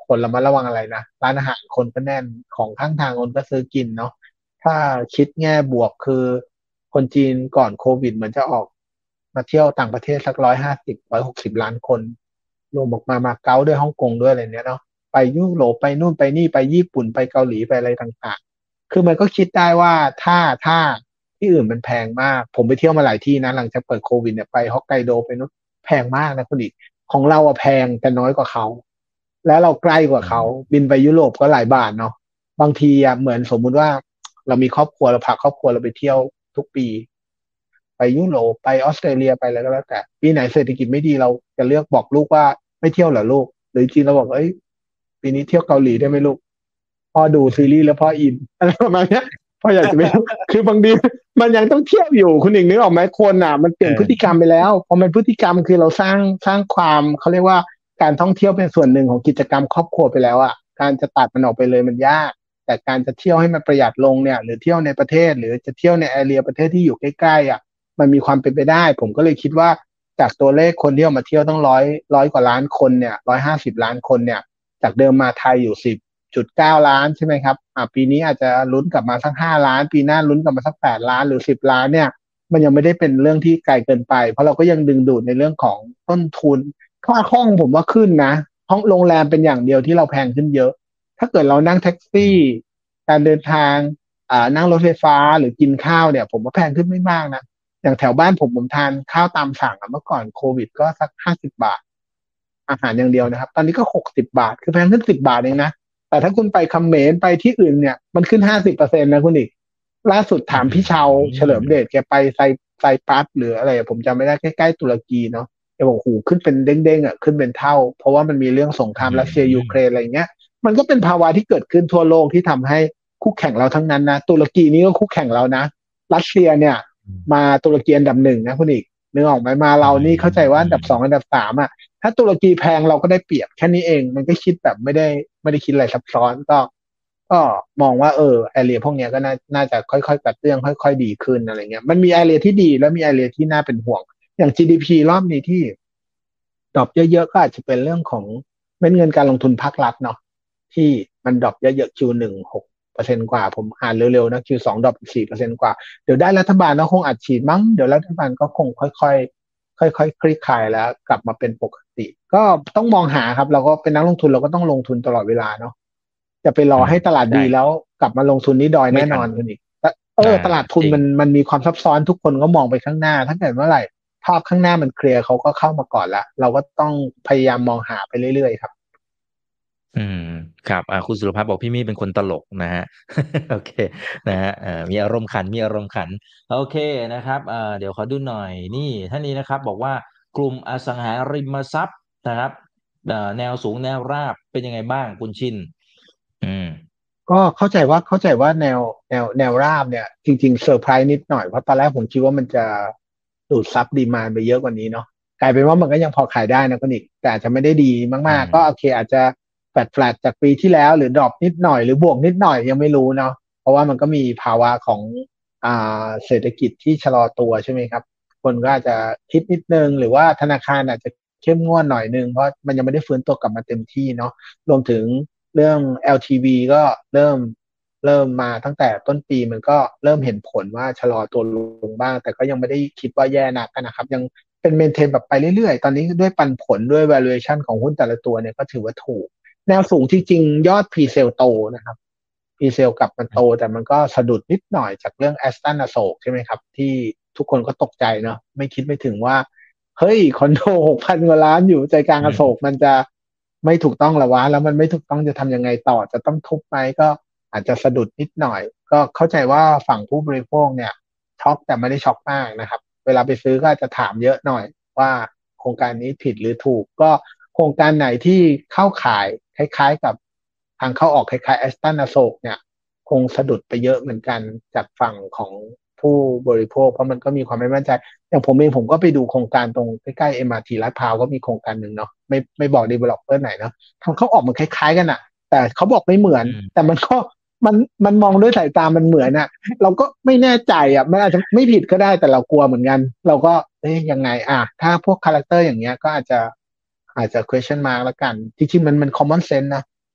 คนระมัดระวังอะไรนะร้านอาหารคนก็แน่นของข้างทางคนก็ซื้อกินเนาะถ้าคิดแง่บวกคือคนจีนก่อนโควิดเหมือนจะออกมาเที่ยวต่างประเทศสัก150-160 ล้านคนรวมออกมาเก๊าด้วยฮ่องกงด้วยอะไรเนี้ยเนาะไปยุโรปไปนู่นไปนี่ไปญี่ปุ่นไปเกาหลีไปอะไรต่างๆคือมันก็คิดได้ว่าถ้าที่อื่นมันแพงมากผมไปเที่ยวมาหลายที่นะหลังจากเปิดโควิดเนี่ยไปฮอกไกโดไปนู้นแพงมากนะคุณอีกของเราอะแพงแต่น้อยกว่าเขา แล้วเราใกล้กว่าเขาบินไปยุโรปก็หลายบาทเนาะบางทีอ่ะเหมือนสมมุติว่าเรามีครอบครัวเราพาครอบครัวเราไปเที่ยวทุกปีไปยุโรปไปออสเตรเลียไปอะไรก็แล้วแต่ปีไหนเศรษฐกิจไม่ดีเราจะเลือกบอกลูกว่าไม่เที่ยวเหรอลูกหรือจริงเราบอกเอ้ยปีนี้เที่ยวเกาหลีได้ไหมลูกพ่อดูซีรีส์แล้วพ่ออินอะไรประมาณเนี้ยพ่ออยากจะไปคือบางทีมันยังต้องเที่ยวอยู่คุณเองนึกออกไหมคนอ่ะมันเปลี่ยนพฤติกรรมไปแล้วพอมันพฤติกรรมคือเราสร้างความเขาเรียกว่า การท่องเที่ยวเป็นส่วนหนึ่งของกิจกรรมครอบครัวไปแล้วอ่ะการจะตัดมันออกไปเลยมันยากแต่การจะเที่ยวให้มันประหยัดลงเนี่ยหรือเที่ยวในประเทศหรือจะเที่ยวในแอเรียประเทศที่อยู่ใกล้ๆอ่ะมันมีความเป็นไปได้ผมก็เลยคิดว่าจากตัวเลขคนที่ออกมาเที่ยวต้องร้อยกว่าล้านคนเนี่ย150 ล้านคนเนี่ยจากเดิมมาไทยอยู่10.9 ล้านใช่ไหมครับปีนี้อาจจะลุ้นกลับมาสัก5 ล้านปีหน้าลุ้นกลับมาสัก8 ล้านหรือ10 ล้านเนี่ยมันยังไม่ได้เป็นเรื่องที่ไกลเกินไปเพราะเราก็ยังดึงดูดในเรื่องของต้นทุน ค่าห้องผมว่าขึ้นนะห้องโรงแรมเป็นอย่างเดียวที่เราแพงขึ้นเยอะถ้าเกิดเรานั่งแท็กซี่การเดินทางนั่งรถไฟฟ้าหรือกินข้าวเนี่ยผมว่าแพงขึ้นไม่มากนะอย่างแถวบ้านผมทานข้าวตามสั่งเมื่อก่อนโควิดก็สัก50 บาทอาหารอย่างเดียวนะครับตอนนี้ก็60 บาทคือแพงขึ้น10 บาทเองนะแต่ถ้าคุณไปเขมรไปที่อื่นเนี่ยมันขึ้น50%นะคุณอีกล่าสุดถามพี่เชาเฉลิมเดชแกไปไซปรัสหรืออะไรผมจำไม่ได้ใกล้ๆตุรกีเนาะ จะบอกหูขึ้นเป็นเด้งๆอ่ะขึ้นเป็นเท่าเพราะว่ามันมีเรื่องสงครามรัสเซียยูเครนอะไรเงี้ยมันก็เป็นภาวะที่เกิดขึ้นทั่วโลกที่ทำให้คู่แข่งเราทั้งนั้นนะตุรกีนี่ก็คู่แข่งเรานะรัสเซียเนี่ยมาตุรกีอันดับหนึ่งนะคุณอีกนึกออกไหมมาเรานี่เข้าใจว่าอันดับ2อันดับ3อ่ะถ้าตุรกีแพงเราก็ได้เปรียบแค่นี้เองมันก็คิดแบบไม่ได้คิดอะไรซับซ้อนก็มองว่าแอเรียพวกเนี้ยก็น่าจะค่อยๆตัดเรื่องค่อยๆดีขึ้นอะไรเงี้ยมันมีแอเรียที่ดีแล้วมีแอเรียที่น่าเป็นห่วงอย่าง GDP รอบนี้ที่ ดรอปเยอะๆก็อาจจะเป็นเรื่องของเม็ดเงินการลงทุนภาครัฐเนาะที่มันดรอปเยอะๆ Q1 6%กว่าผมอ่านเร็วๆนะ Q2 ดรอป4%กว่าเดี๋ยวได้รัฐบาลก็คงอัดฉีดมั้งเดี๋ยวรัฐบาลก็คงค่อยๆคลี่คลายแล้วกลับมาเป็นปกติก็ต้องมองหาครับเราก็เป็นนักลงทุนเราก็ต้องลงทุนตลอดเวลาเนาะจะไปรอให้ตลาดดีใช่แล้วกลับมาลงทุนนี่ดอยไม่ทันแน่นอนคุณอีกอ่าตลาดทุนจริงมันมีความซับซ้อนทุกคนก็มองไปข้างหน้าถ้าเกิดเมื่อไหร่ ภาพข้างหน้ามันเคลียร์เขาก็เข้ามาก่อนละเราก็ต้องพยายามมองหาไปเรื่อยๆครับอืมครับคุณสุรพัฒน์บอกพี่มี่เป็นคนตลกนะฮะโอเคนะฮะมีอารมณ์ขันมีอารมณ์ขันโอเคนะครับเดี๋ยวขอดูหน่อยนี่ท่านนี้นะครับบอกว่ากลุ่มอสังหาริมทรัพย์นะครับแนวสูงแนวราบเป็นยังไงบ้างคุณชินอืมก็เข้าใจว่าแนวราบเนี่ยจริงๆเซอร์ไพรส์นิดหน่อยเพราะตอนแรกผมคิดว่ามันจะดูดซับดีมานด์ไปเยอะกว่านี้เนาะกลายเป็นว่ามันก็ยังพอขายได้นะคุณอีกแต่อาจจะไม่ได้ดีอืมากๆก็โอมเคอาจจะแฟลตจากปีที่แล้วหรือดรอปนิดหน่อยหรือบวกนิดหน่อยยังไม่รู้เนาะเพราะว่ามันก็มีภาวะของเศรษฐกิจที่ชะลอตัวใช่ไหมครับคนก็อาจจะคิดนิดนึงหรือว่าธนาคารอาจจะเข้มงวดหน่อยนึงเพราะมันยังไม่ได้ฟื้นตัวกลับมาเต็มที่เนาะรวมถึงเรื่อง LTV ก็เริ่มมาตั้งแต่ต้นปีมันก็เริ่มเห็นผลว่าชะลอตัวลงบ้างแต่ก็ยังไม่ได้คิดว่าแย่หนักนะครับยังเป็นเมนเทนแบบไปเรื่อยๆตอนนี้ด้วยปันผลด้วย valuation ของหุ้นแต่ละตัวเนี่ยก็ถือว่าถูกแนวสูงจริงๆยอดพรีเซลโตนะครับพรีเซลกลับมันโตแต่มันก็สะดุดนิดหน่อยจากเรื่องแอสตันอโศกใช่ไหมครับที่ทุกคนก็ตกใจเนาะไม่คิดไม่ถึงว่าเฮ้ยคอนโด6,000 กว่าล้านอยู่ใจกลางอโศกมันจะไม่ถูกต้องหรอวะแล้วมันไม่ถูกต้องจะทำยังไงต่อจะต้องทุบไหมก็ อาจจะสะดุดนิดหน่อยก็เข้าใจว่าฝั่งผู้บริโภคเนี่ยช็อกแต่ไม่ได้ช็อกมากนะครับเวลาไปซื้อก็อาจจะถามเยอะหน่อยว่าโครงการนี้ผิดหรือถูกก็โครงการไหนที่เข้าข่ายคล้ายๆกับทางเข้าออกคล้ายๆแอสตันอโศกเนี่ยคงสะดุดไปเยอะเหมือนกันจากฝั่งของผู้บริโภคเพราะมันก็มีความไม่มั่นใจอย่างผมเองผมก็ไปดูโครงการตรงใกล้ๆ MRT ลาดพร้าวก็มีโครงการหนึ่งเนาะไม่บอก developer ไหนเนาะทางเข้าออกมันคล้ายๆกันอะ แต่เขาบอกไม่เหมือนอืมแต่มันก็มันมองด้วยสายตามันเหมือนอ่ะเราก็ไม่แน่ใจอ่ะมันอาจจะไม่ผิดก็ได้แต่เรากลัวเหมือนกันเราก็ยังไงถ้าพวกคาแรคเตอร์อย่างเงี้ยก็อาจจะ question mark ละกันจริงๆมันcommon sense นะ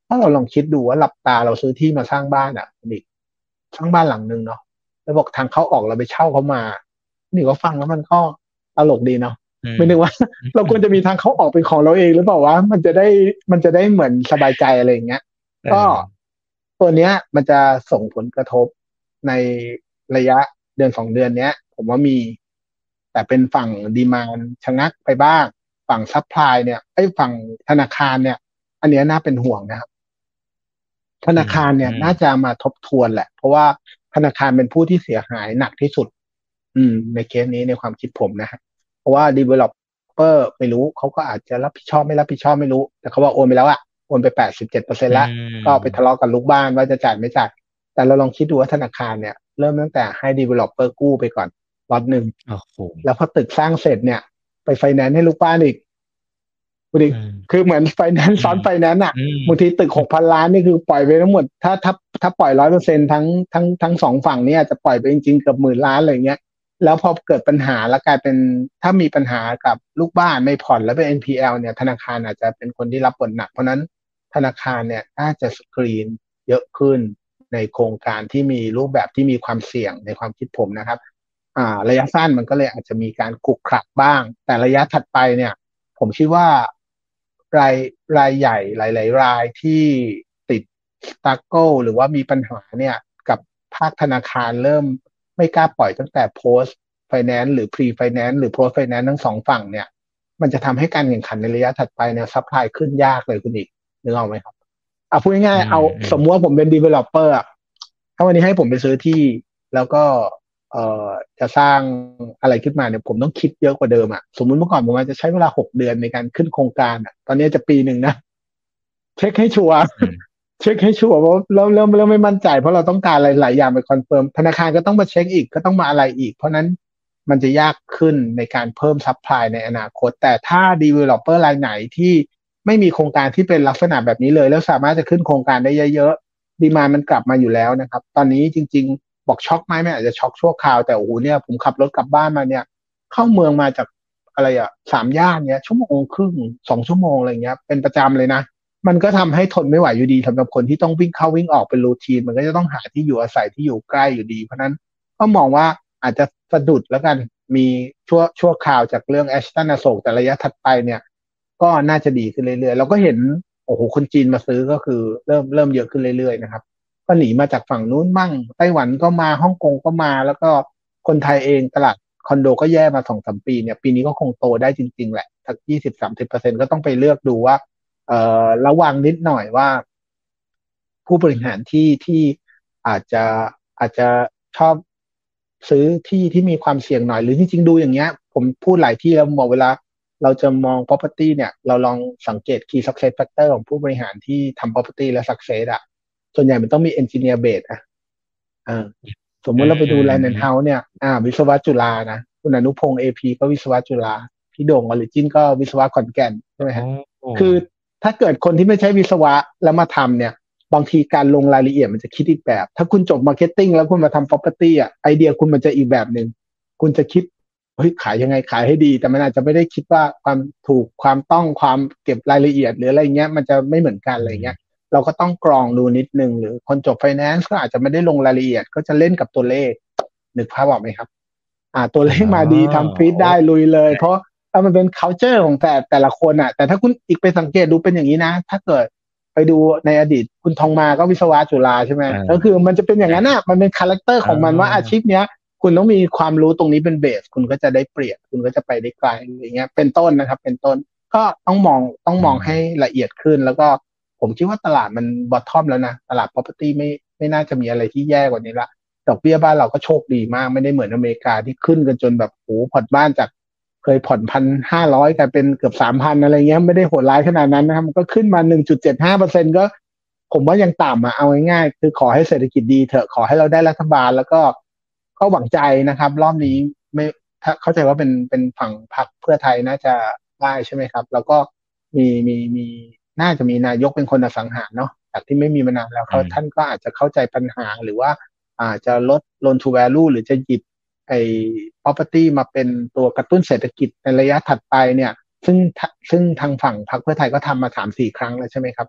ถ้าเราลองคิดดูว่าหลับตาเราซื้อที่มาสร้างบ้านอ่ะนี่สร้างบ้านหลังนึงเนาะแล้วบอกทางเข้าออกเราไปเช่าเขามานี่ก็ฟังแล้วมันก็ตลกดีเนาะอืมไม่นึกว่าเราควรจะมีทางเข้าออกเป็นของเราเองหรือเปล่าวะมันจะได้เหมือนสบายใจอะไรอย่างเงี้ยเอก็อตัวเนี้ยมันจะส่งผลกระทบในระยะ1-2 เดือนเนี้ยผมว่ามีแต่เป็นฝั่งดีมานชะงักไปบ้างฝั่งซัพพลายเนี่ยไอ้ยฝั่งธนาคารเนี่ยอันเนี้ยน่าเป็นห่วงนะครับ ธอืมนาคารเนี่อืมยน่าจะมาทบทวนแหละเพราะว่าธนาคารเป็นผู้ที่เสียหายหนักที่สุดในเคสนี้ในความคิดผมนะฮะเพราะว่า developer ไม่รู้เขาก็อาจจะรับผิดชอบไม่รับผิดชอบไม่รู้แต่เขาบอกโอนไปแล้วอะโอนไป87% อืแล้วก็ไปทะมเลาะกับลูกบ้านว่าจะจ่ายไม่จ่ายแต่เราลองคิดดูว่าธนาคารเนี่ยเริ่มตั้งแต่ให้ developer กู้ไปก่อนล็อตหนึ่งโอ้โหแล้วพอตึกสร้างเสร็จเนี่ยไปไฟแนนซ์ให้ลูกบ้านอีก ดูดิอืมคือเหมือนไฟแนนซ์อืมซ้อนไฟแนนซ์อ่ะอืมบางทีตึก6,000 ล้านนี่คือปล่อยไปทั้งหมดถ้าปล่อย100%ทั้งสองฝั่งเนี่ยจะปล่อยไปจริงๆเกือบ10,000 ล้านอะไรเงี้ยแล้วพอเกิดปัญหาแล้วกลายเป็นถ้ามีปัญหากับลูกบ้านไม่ผ่อนแล้วเป็น NPL เนี่ยธนาคารอาจจะเป็นคนที่รับบทหนักเพราะนั้นธนาคารเนี่ยน่าจะสกรีนเยอะขึ้นในโครงการที่มีรูปแบบที่มีความเสี่ยงในความคิดผมนะครับระยะสั้นมันก็เลยอาจจะมีการขรุขระบ้างแต่ระยะถัดไปเนี่ย ผมคิดว่ารายรายใหญ่หลายๆรายที่ติดสต r ั g เกิลหรือว่ามีปัญหาเนี่ยกับภาคธนาคารเริ่มไม่กล้าปล่อยตั้งแต่ post finance หรือ pre finance หรือ post finance ทั้งสองฝั่งเนี่ยมันจะทำให้การแข่งขันในระยะถัดไปเนี่ยซัพพลายขึ้นยากเลยคุณอีกนึกออกไหมครับพูดง่าอืมยๆเอาอืมสมมติว่าผมเป็น developer อะถ้าวันนี้ให้ผมไปซื้อที่แล้วก็ เอ่อจะสร้างอะไรขึ้นมาเนี่ยผมต้องคิดเยอะกว่าเดิมอ่ะสมมุติเมื่อก่อนผมอาจจะใช้เวลา6 เดือนในการขึ้นโครงการอ่ะตอนนี้จะปีหนึ่งนะเช็คให้ชัวร์อืมเช็คให้ชัวร์เพราะเริ่มไม่มั่นใจเพราะเราต้องการหลายๆอย่างไปคอนเฟิร์มธนาคารก็ต้องมาเช็คอีกก็ต้องมาอะไรอีกเพราะนั้นมันจะยากขึ้นในการเพิ่มซัพพลายในอนาคตแต่ถ้า developer รายไหนที่ไม่มีโครงการที่เป็นลักษณะแบบนี้เลยแล้วสามารถจะขึ้นโครงการได้เยอะๆดีมานมันกลับมาอยู่แล้วนะครับตอนนี้จริงๆบอกช็อกไหมไม่อาจจะช็อกชั่วคราวแต่โอ้โหเนี่ยผมขับรถกลับบ้านมาเนี่ยเข้าเมืองมาจากอะไรอ่ะ3 ย่านเนี่ย1 ชั่วโมงครึ่ง2 ชั่วโมงอะไรเงี้ยเป็นประจำเลยนะ มันก็ทำให้ทนไม่ไหวอยู่ดีสำหรับคนที่ต้องวิ่งเข้าวิ่งออกเป็นรูทีนมันก็จะต้องหาที่อยู่อาศัยที่อยู่ใกล้อยู่ดีเพราะนั้นก็มองว่าอาจจะสะดุดแล้วกันมีชั่วคราวจากเรื่องแอชตันอโศกแต่ระยะถัดไปเนี่ยก็น่าจะดีขึ้นเรื่อยๆเราก็เห็นโอ้โหคนจีนมาซื้อก็คือเริ่มเยอะขึ้นเรื่อยๆนะครับก็หนีมาจากฝั่งนู้นมั่งไต้หวันก็มาฮ่องกงก็มาแล้วก็คนไทยเองตลาดคอนโดก็แย่มา2-3 ปีเนี่ยปีนี้ก็คงโตได้จริงๆแหละสัก20-30%ก็ต้องไปเลือกดูว่า ระวังนิดหน่อยว่าผู้บริหารที่อาจจะอาจจะชอบซื้อที่ที่มีความเสี่ยงหน่อยหรือจริงๆดูอย่างเงี้ยผมพูดหลายที่แล้วบอกเวลาเราจะมอง property เนี่ยเราลองสังเกต key success factor ของผู้บริหารที่ทำ property และ success อ่ะส่วนใหญ่มันต้องมี engineer base อ่ะอ่าสมมุอืติเราไปดู Land and ม House เนี่ยวิศวะจุฬานะคุณอนุพงษ์เอพีก็วิศวะจุฬาพี่โด่งออริจินก็วิศวะขอนแก่นใช่ไหมโอ้ฮะ คือถ้าเกิดคนที่ไม่ใช่วิศวะแล้วมาทำเนี่ยบางทีการลงรายละเอียดมันจะคิดอีกแบบถ้าคุณจบมาร์เก็ตติ้งแล้วคุณมาทำ property อ่ะไอเดียคุณมันจะอีกแบบหนึ่งคุณจะคิดเฮ้ยขายยังไงขายให้ดีแต่มันอาจจะไม่ได้คิดว่าความถูกความต้องความเก็บรายละเอียดหรืออะไรเงี้ยมันจะไม่เหมือนกันอือะไรเงี้ยมเราก็ต้องกรองดูนิดนึงหรือคนจบไฟแนนซ์ก็อาจจะไม่ได้ลงรายละเอียดก็จะเล่นกับตัวเลขนึกภาพออกไหมครับตัวอ๋อเลขมาดีทำฟีดโอ้ได้ลุยเลยเพราะ มันเป็น culture ของแต่ละคนอ่ะแต่ถ้าคุณอีกไปสังเกตดูเป็นอย่างนี้นะถ้าเกิดไปดูในอดีตคุณทองมาก็วิศวะจุฬาใช่ไหมเออก็คือมันจะเป็นอย่างนั้นอ่ะใช่มันเป็นคาแรคเตอร์อ๋ของมันว่าอาอชีพเนี้ยคุณต้องมีความรู้ตรงนี้เป็นเบสคุณก็จะได้เปรียบคุณก็จะไปได้ไกลอย่างเงี้ยเป็นต้นนะครับเป็นต้นก็ต้องมองให้อืมละเอียดขึ้นแล้วก็ผมคิดว่าตลาดมันบอททอมแล้วนะตลาด property ไม่น่าจะมีอะไรที่แย่กว่านี้ละ ดอกเบี้ยบ้านเราก็โชคดีมากไม่ได้เหมือนอเมริกาที่ขึ้นกันจนแบบโอ้ผ่อนบ้านจากเคยผ่อน1,500กลายเป็นเกือบ3,000อะไรเงี้ยไม่ได้โหดร้ายขนาดนั้นนะครับมันก็ขึ้นมา1.75%ก็ผมว่ายังต่ำเอาง่ายๆคือขอให้เศรษฐกิจดีเถอะขอให้เราได้รัฐบาลแล้วก็หวังใจนะครับรอบนี้ไม่ถ้าเข้าใจว่าเป็นฝั่งพรรคเพื่อไทยน่าจะได้ใช่ไหมครับแล้วก็มีน่าจะมีนายกเป็นคนอสังหารเนาะจากที่ไม่มีมานานแล้วอืมท่านก็อาจจะเข้าใจปัญหาหรือว่า อาจจะลด loan to value หรือจะหยิบไอ้ property มาเป็นตัวกระตุ้นเศรษฐกิจในระยะถัดไปเนี่ยซึ่งซึ่งทางฝั่งพรรคเพื่อไทยก็ทำมา3-4 ครั้งแล้วใช่ไหมครับ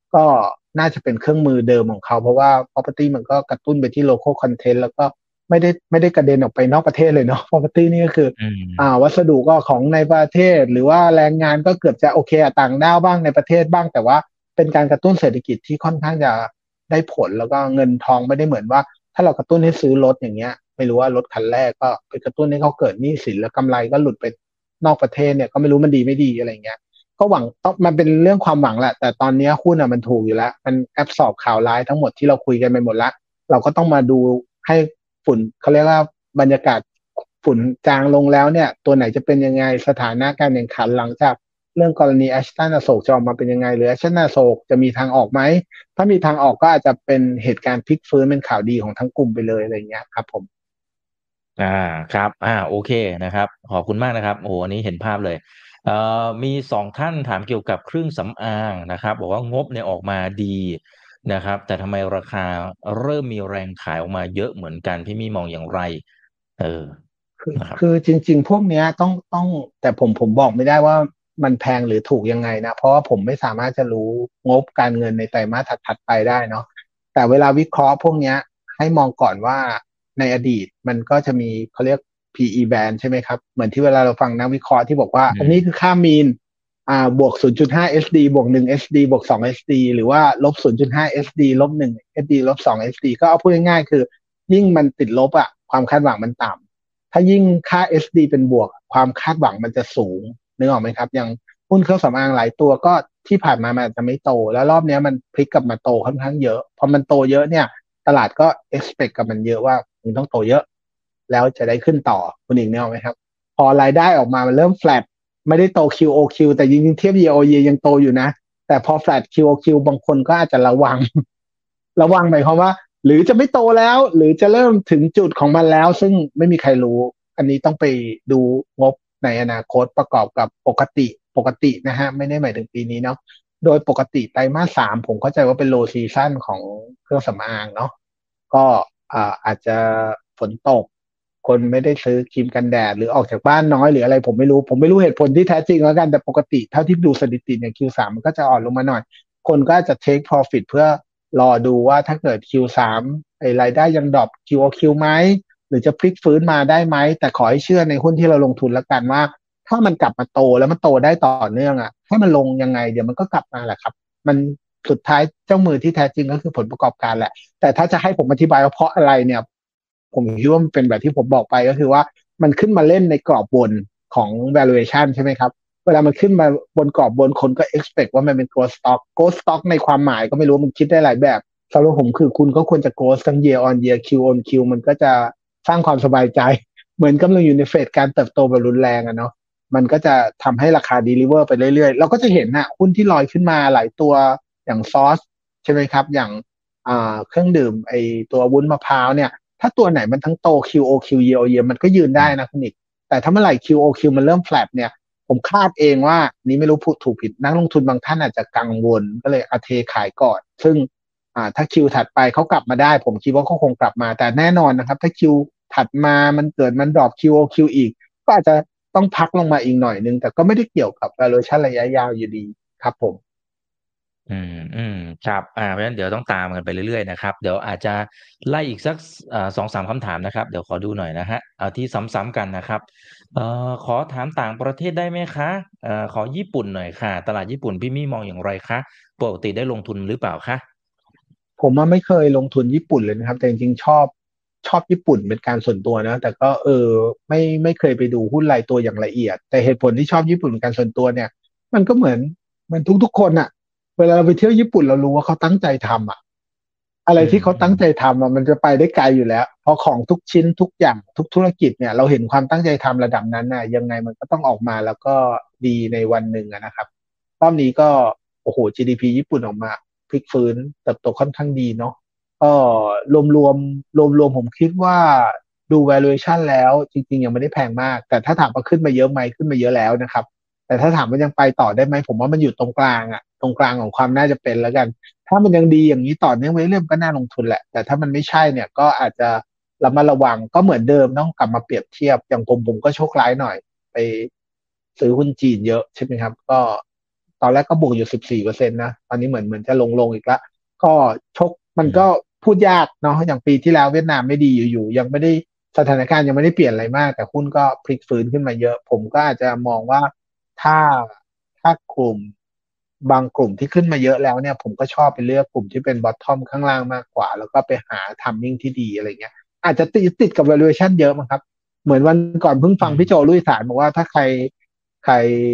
ก็น่าจะเป็นเครื่องมือเดิมของเขาเพราะว่า property มันก็กระตุ้นไปที่ local content แล้วก็ไม่ได้กระเด็นออกไปนอกประเทศเลยเนาะ property นี่ก็คืออืมวัสดุก็ของในประเทศหรือว่าแรงงานก็เกือบจะโอเคต่างด้าวบ้างในประเทศบ้างแต่ว่าเป็นการกระตุ้นเศรษฐกิจที่ค่อนข้างจะได้ผลแล้วก็เงินทองไม่ได้เหมือนว่าถ้าเรากระตุ้นให้ซื้อรถอย่างเงี้ยไม่รู้ว่ารถคันแรกก็ไปกระตุ้นให้เขาเกิดหนี้สินแล้วกำไรก็หลุดไปนอกประเทศเนี่ยก็ไม่รู้มันดีไม่ดีอะไรเงี้ย ก็หวังต้องมันเป็นเรื่องความหวังแหละแต่ตอนนี้หุ้นมันถูกอยู่แล้วมันแอบสอบข่าวร้ายทั้งหมดที่เราคุยกันไปหมดละเราก็ต้องมาดูให้ฝุ่นเขาเรียกว่าบรรยากาศฝุ่นจางลงแล้วเนี่ยตัวไหนจะเป็นยังไงสถานะการแข่งขันหลังจากเรื่องกรณีแอชตันอโศกจะออกมาเป็นยังไงหรือแอชตันอโศกจะมีทางออกไหมถ้ามีทางออกก็อาจจะเป็นเหตุการณ์พลิกฟื้นเป็นข่าวดีของทั้งกลุ่มไปเลยอะไรเงี้ยครับผมอ่าครับโอเคนะครับขอบคุณมากนะครับโอ้โหอันนี้เห็นภาพเลยเอ่อมี2 ท่านถามเกี่ยวกับเครื่องสำอางนะครับบอกว่างบเนี่ยออกมาดีนะครับแต่ทำไมราคาเริ่มมีแรงขายออกมาเยอะเหมือนกันพี่มี่มองอย่างไรเออนะครับคือจริงๆพวกเนี้ยต้องแต่ผมบอกไม่ได้ว่ามันแพงหรือถูกยังไงนะเพราะว่าผมไม่สามารถจะรู้งบการเงินในไตรมาสถัดๆไปได้เนาะแต่เวลาวิเคราะห์พวกเนี้ยให้มองก่อนว่าในอดีตมันก็จะมีเขาเรียก PE band ใช่ไหมครับเหมือนที่เวลาเราฟังนักวิเคราะห์ที่บอกว่าอืมอันนี้คือค่ามีนบวก0.5 SD บวก1 SD บวก2 SD หรือว่าลบ0.5 SD ลบ1 SD ลบ2 SD ก็เอาพูดง่ายๆคือยิ่งมันติดลบความคาดหวังมันต่ำ ถ้ายิ่งค่า SD เป็นบวกความคาดหวังมันจะสูงนึกออกไหมครับอย่างหุ้นเครื่องสำอางหลายตัวก็ที่ผ่านมามันอาจจะไม่โตแล้วรอบนี้มันพลิกกลับมาโตค่อนข้างเยอะพอมันโตเยอะเนี่ยตลาดก็ expect กับมันเยอะว่ามันต้องโตเยอะแล้วจะได้ขึ้นต่อคุณอีกนึกออกไหมครับพอรายได้ออกมามันเริ่ม flat ไม่ได้โต QOQ แต่จริงๆเทียบ year-over-year ยังโตอยู่นะแต่พอ flat QOQ บางคนก็อาจจะระวังหมายความว่าหรือจะไม่โตแล้วหรือจะเริ่มถึงจุดของมันแล้วซึ่งไม่มีใครรู้ อันนี้ต้องไปดูงบในอนาคตประกอบกับปกตินะฮะไม่ได้หมายถึงปีนี้เนาะโดยปกติไตรมาส 3ผมเข้าใจว่าเป็น low season ของเครื่องสำอางเนาะก็อาจจะฝนตกคนไม่ได้ซื้อครีมกันแดดหรือออกจากบ้านน้อยหรืออะไรผมไม่รู้เหตุผลที่แท้จริงแล้วกันแต่ปกติเท่าที่ดูสถิติเนี่ย Q3 มันก็จะอ่อนลงมาหน่อยคนก็จะ take profit เพื่อรอดูว่าถ้าเกิด Q3 ไอ้รายได้ยังดรอป QOQ ไหม หรือจะพลิกฟื้นมาได้ไหมแต่ขอให้เชื่อในหุ้นที่เราลงทุนแล้วกันว่าถ้ามันกลับมาโตแล้วมันโตได้ต่อเนื่องให้มันลงยังไงเดี๋ยวมันก็กลับมาแหละครับมันสุดท้ายเจ้ามือที่แท้จริงก็คือผลประกอบการแหละแต่ถ้าจะให้ผมอธิบายว่าเพราะอะไรเนี่ยผมคิดว่ามันเป็นแบบที่ผมบอกไปก็คือว่ามันขึ้นมาเล่นในกรอบบนของ valuation ใช่ไหมครับเวลามันขึ้นมาบนกรอบบนคนก็ expect ว่ามันเป็น growth stock growth stock ในความหมายก็ไม่รู้มันคิดได้หลายแบบสำหรับผมคือคุณก็ควรจะ growth ทั้ง year on year Q on Q มันก็จะ สร้างความสบายใจเหมือนกำลังอยู่ในเฟสการเติบโตแบบรุนแรงเนาะมันก็จะทำให้ราคาดีลิเวอร์ไปเรื่อยๆเราก็จะเห็นหุ้นที่ลอยขึ้นมาหลายตัวอย่างซอสใช่ไหมครับอย่างเครื่องดื่มไอตัววุ้นมะพร้าวเนี่ยถ้าตัวไหนมันทั้งโต QOQ year on year มันก็ยืนได้นะคุณอีกแต่ถ้าเมื่อไหร่ QOQ มันเริ่ม flat เนี่ยผมคาดเองว่านี้ไม่รู้พูดถูกผิดนักลงทุนบางท่านอาจจะกังวลก็เลยเทขายก่อนซึ่ง ถ้าคิวถัดไปเขากลับมาได้ผมคิดว่าเขาคงกลับมาแต่แน่นอนนะครับถ้าคิวถัดมามันเกิดมันดรอป QOQ อีกก็อาจจะต้องพักลงมาอีกหน่อยนึงแต่ก็ไม่ได้เกี่ยวกับ valuation ระยะยาวอยู่ดีครับผมครับเพราะฉะนั้นเดี๋ยวต้องตามกันไปเรื่อยๆนะครับเดี๋ยวอาจจะไล่อีกสัก2-3คำถามนะครับเดี๋ยวขอดูหน่อยนะฮะเอาที่ซ้ำๆกันนะครับขอถามต่างประเทศได้ไหมคะขอญี่ปุ่นหน่อยค่ะตลาดญี่ปุ่นพี่มี่มองอย่างไรคะปกติได้ลงทุนหรือเปล่าคะผมว่าไม่เคยลงทุนญี่ปุ่นเลยนะครับแต่จริงๆชอบญี่ปุ่นเป็นการส่วนตัวนะแต่ก็ไม่เคยไปดูหุ้นรายตัวอย่างละเอียดแต่เหตุผลที่ชอบญี่ปุ่นเป็นการส่วนตัวเนี่ยมันก็เหมือนทุกๆคนเวลาเราไปเที่ยวญี่ปุ่นเรารู้ว่าเขาตั้งใจทำอะไรอืมที่เขาอืมตั้งใจทำมันจะไปได้ไกลอยู่แล้วเพราะของทุกชิ้นทุกอย่างทุกธุรกิจเนี่ยเราเห็นความตั้งใจทำระดับนั้นยังไงมันก็ต้องออกมาแล้วก็ดีในวันหนึ่งนะครับรอบนี้ก็โอ้โห GDP ญี่ปุ่นออกมาพลิกฟื้นเติบโตค่อนข้างดีเนาะก็รวมผมคิดว่าดู valuation แล้วจริงๆยังไม่ได้แพงมากแต่ถ้าถามว่าขึ้นมาเยอะไหมขึ้นมาเยอะแล้วนะครับแต่ถ้าถามว่ายังไปต่อได้ไหมผมว่ามันอยู่ตรงกลางตรงกลางของความน่าจะเป็นแล้วกัน ถ้ามันยังดีอย่างนี้ต่อเนื่องไปเรื่อยๆก็น่าลงทุนแหละแต่ถ้ามันไม่ใช่เนี่ยก็อาจจะระมัดระวังก็เหมือนเดิมต้องกลับมาเปรียบเทียบอย่างผมก็โชคร้ายหน่อยไปซื้อหุ้นจีนเยอะใช่ไหมครับก็ตอนแรกก็บวกอยู่14%นะตอนนี้เหมือนจะลงอีกแล้วก็ชกมันอืก็มพูดยากเนาะอย่างปีที่แล้วเวียดนามไม่ดีอยู่ๆยังไม่ได้สถานการณ์ยังไม่ได้เปลี่ยนอะไรมากแต่หุ้นก็พลิกฟื้นขึ้นมาเยอะผมก็อาจจะมองว่าถ้าถ้ากลุ่มบางกลุ่มที่ขึ้นมาเยอะแล้วเนี่ยผมก็ชอบไปเลือกกลุ่มที่เป็นบอททอมข้างล่างมากกว่าแล้วก็ไปหาทัมมิ่งที่ดีอะไรเงี้ยอาจจะติดกับ valuation เยอะมั้งครับเหมือนวันก่อนเพิ่งอืฟังพี่โจมลุยสารบอกว่าถ้าใคร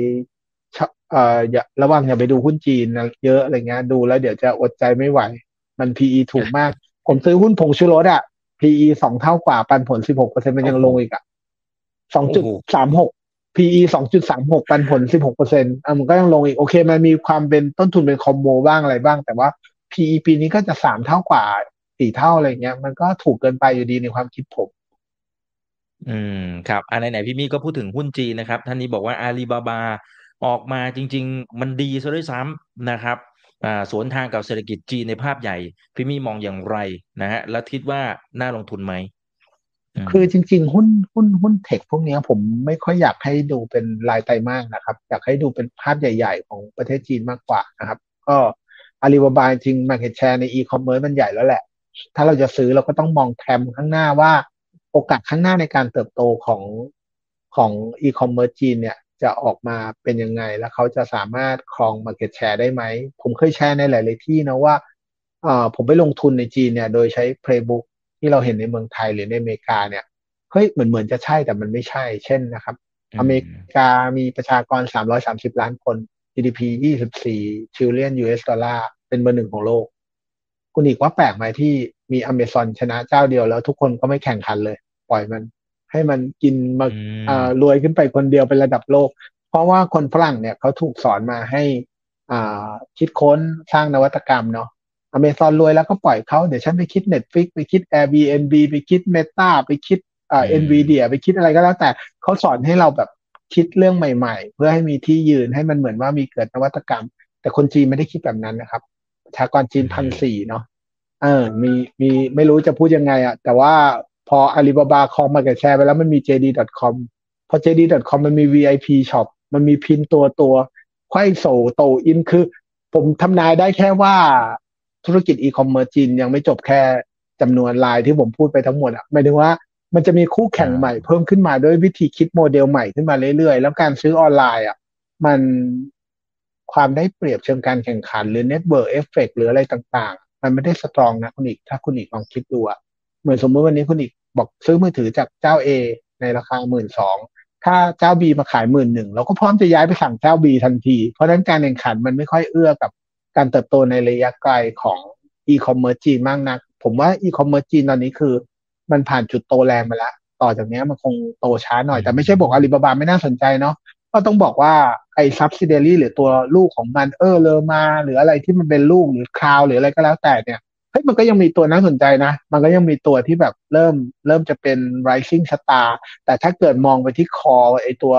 ระวังอย่าไปดูหุ้นจีนนะเยอะอะไรเงี้ยดูแล้วเดี๋ยวจะอดใจไม่ไหวมัน PE ถูกมากผมซื้อหุ้นผงชูรสอ่ะ PE 2 เท่ากว่าปันผล16%มันโอ้โหยังลงอีกอ่ะสองจุดโอ้โหสามหก PE 2.36ปันผล16%อ่ะมันก็ยังลงอีกโอเคมันมีความเป็นต้นทุนเป็นคอมโบบ้างอะไรบ้างแต่ว่า PE ปีนี้ก็จะ3 เท่ากว่า4 เท่าอะไรเงี้ยมันก็ถูกเกินไปอยู่ดีในความคิดผมอืมครับไหนๆพี่มี่ก็พูดถึงหุ้นจีนนะครับท่านนี้บอกว่าอาลีบาบาออกมาจริงๆมันดีซะด้วยซ้ำนะครับสวนทางกับเศรษฐกิจจีนในภาพใหญ่พี่มี่มองอย่างไรนะฮะแล้วคิดว่าน่าลงทุนไหมอืมคือจริงๆหุ้นเทคพวกเนี้ยผมไม่ค่อยอยากให้ดูเป็นรายไตรมาสนะครับอยากให้ดูเป็นภาพใหญ่ๆของประเทศจีนมากกว่านะครับก็อาลีบาบาจริง market share ในอีคอมเมิร์ซมันใหญ่แล้วแหละถ้าเราจะซื้อเราก็ต้องมองแทมข้างหน้าว่าโอกาสข้างหน้าในการเติบโตของอีคอมเมิร์ซจีนเนี่ยจะออกมาเป็นยังไงแล้วเขาจะสามารถครอง market share ได้ไหมผมเคยแชร์ในหลายๆที่นะว่าผมไปลงทุนในจีนเนี่ยโดยใช้ playbook ที่เราเห็นในเมืองไทยหรือในอเมริกาเนี่ยเฮ้ยเหมือนจะใช่แต่มันไม่ใช่เช่นนะครับอือเมริมกามีประชากร330ล้านคน GDP 24 trillion US ดอลลาร์เป็นเบอร์หนึ่งของโลกคุณอีกว่าแปลกไหมที่มีอเมซอนชนะเจ้าเดียวแล้วทุกคนก็ไม่แข่งขันเลยปล่อยมันให้มันกินมาอืมรวยขึ้นไปคนเดียวเป็นระดับโลกเพราะว่าคนฝรั่งเนี่ยเขาถูกสอนมาให้อ่าคิดค้นสร้างนวัตกรรมเนาะ อเมซอนรวยแล้วก็ปล่อยเขาเดี๋ยวฉันไปคิด Netflix ไปคิด Airbnb ไปคิด Meta ไปคิดอื Nvidia มไปคิดอะไรก็แล้วแต่เขาสอนให้เราแบบคิดเรื่องใหม่ๆเพื่อให้มีที่ยืนให้มันเหมือนว่ามีเกิดนวัตกรรมแต่คนจีนไม่ได้คิดแบบนั้นนะครับประชากรจีอืน1,400 มเนาะมีไม่รู้จะพูดยังไงอ่ะแต่ว่าพออาลีบาบาครองมาร์เก็ตแชร์ไปแล้วมันมี JD.com พอ JD.com มันมี VIP Shop มันมีพินตัวไขว้โซโตอินคือผมทำนายได้แค่ว่าธุรกิจอีคอมเมิร์ซจีนยังไม่จบแค่จำนวนรายที่ผมพูดไปทั้งหมดอ่ะหมายถึงว่ามันจะมีคู่อ่แข่งใหม่าเพิ่มขึ้นมาด้วยวิธีคิดโมเดลใหม่ขึ้นมาเรื่อยๆแล้วการซื้อออนไลน์อ่ะมันความได้เปรียบเชิงการแข่งขันหรือเน็ตเวิร์กเอฟเฟกหรืออะไรต่างๆมันไม่ได้สตรองนะคุณอีกถ้าคุณอีกลองคิดดูอ่ะเหมือนสมมติวันนี้คุณอีกบอกซื้อมือถือจากเจ้า A ในราคา12,000ถ้าเจ้า B มาขาย11,000เราก็พร้อมจะย้ายไปสั่งเจ้า B ทันทีเพราะฉะนั้นการแข่งขันมันไม่ค่อยเอื้อกับการเติบโตในระยะไกลของอีคอมเมิร์ซจีนมากนักผมว่าอีคอมเมิร์ซจีนตอนนี้คือมันผ่านจุดโตแรงมาแล้วต่อจากนี้มันคงโตช้าหน่ออืยแต่ไม่ใช่บอกอาลีมบาบาไม่น่าสนใจเนาะ ก็ต้องบอกว่าไอ้ subsidiary หรือตัวลูกของมันเลอมาหรืออะไรที่มันเป็นลูกหรือคลาวหรืออะไรก็แล้วแต่เนี่ยเฮ้ยมันก็ยังมีตัวน่าสนใจนะมันก็ยังมีตัวที่แบบเริ่มจะเป็น rising star แต่ถ้าเกิดมองไปที่ core ไอ้ตัว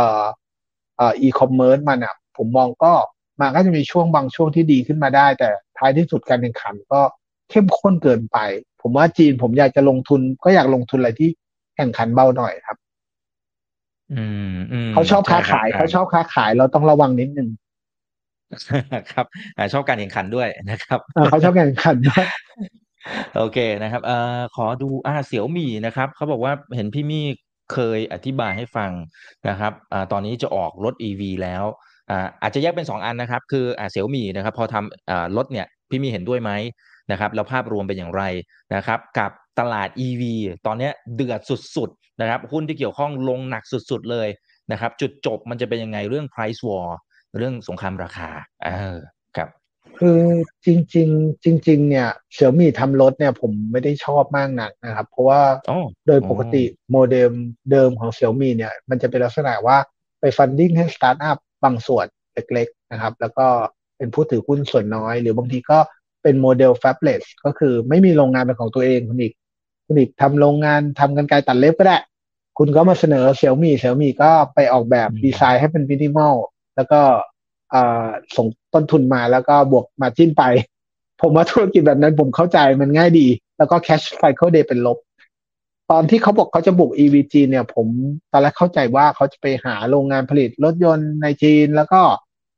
e-commerce มันอ่ะผมมองก็มันก็จะมีช่วงบางช่วงที่ดีขึ้นมาได้แต่ท้ายที่สุดการแข่งขันก็เข้มข้นเกินไปผมว่าจีนผมอยากจะลงทุนก็อยากลงทุนอะไรที่แข่งขันเบาหน่อยครับอืมอืมเขาชอบใช่ค้าครับใช่ขายเขาชอบค้าขายเราต้องระวังนิดนึงครับชอบการแข่งขันด้วยนะครับเขาชอบแข่งขันด้วยโอเคนะครับขอดูเสี่ยวหมี่นะครับเขาบอกว่าเห็นพี่มี่เคยอธิบายให้ฟังนะครับตอนนี้จะออกรถ EV แล้วอาจจะแยกเป็น2อันนะครับคือเสี่ยวหมี่นะครับพอทำรถเนี่ยพี่มี่เห็นด้วยไหมนะครับแล้วภาพรวมเป็นอย่างไรนะครับกับตลาด EV ตอนเนี้ยเดือดสุดๆนะครับหุ้นที่เกี่ยวข้องลงหนักสุดๆเลยนะครับจุดจบมันจะเป็นยังไงเรื่อง price war เรื่องสงครามราคาเออครับคือจริงๆจริงๆเนี่ยเสี่ยมี่ทำรถเนี่ยผมไม่ได้ชอบมากนักนะครับเพราะว่าอ๋อโดยอ๋อปกติโมเดลเดิมของเสี่ยมี่เนี่ยมันจะเป็นลักษณะว่าไปฟันดิ้งให้สตาร์ทอัพบางส่วนเล็กๆนะครับแล้วก็เป็นผู้ถือหุ้นส่วนน้อยหรือบางทีก็เป็นโมเดล fabless ก็คือไม่มีโรงงานเป็นของตัวเองคุณอีกทำโรงงานทำกรรไกรตัดเล็บก็ได้คุณก็มาเสนอเสี่ยมี่ก็ไปออกแบบอืดีไซน์มให้เป็นมินิมอลแล้วก็อ่ส่งต้นทุนมาแล้วก็บวกมาจิ้นไป ผมว่าธุรกิจแบบนั้นผมเข้าใจมันง่ายดี แล้วก็ cash cycle day เป็นลบ ตอนที่เขาบอกเขาจะบุก EVG เนี่ยผมตอนแรกเข้าใจว่าเขาจะไปหาโรงงานผลิตรถยนต์ในจีนแล้วก็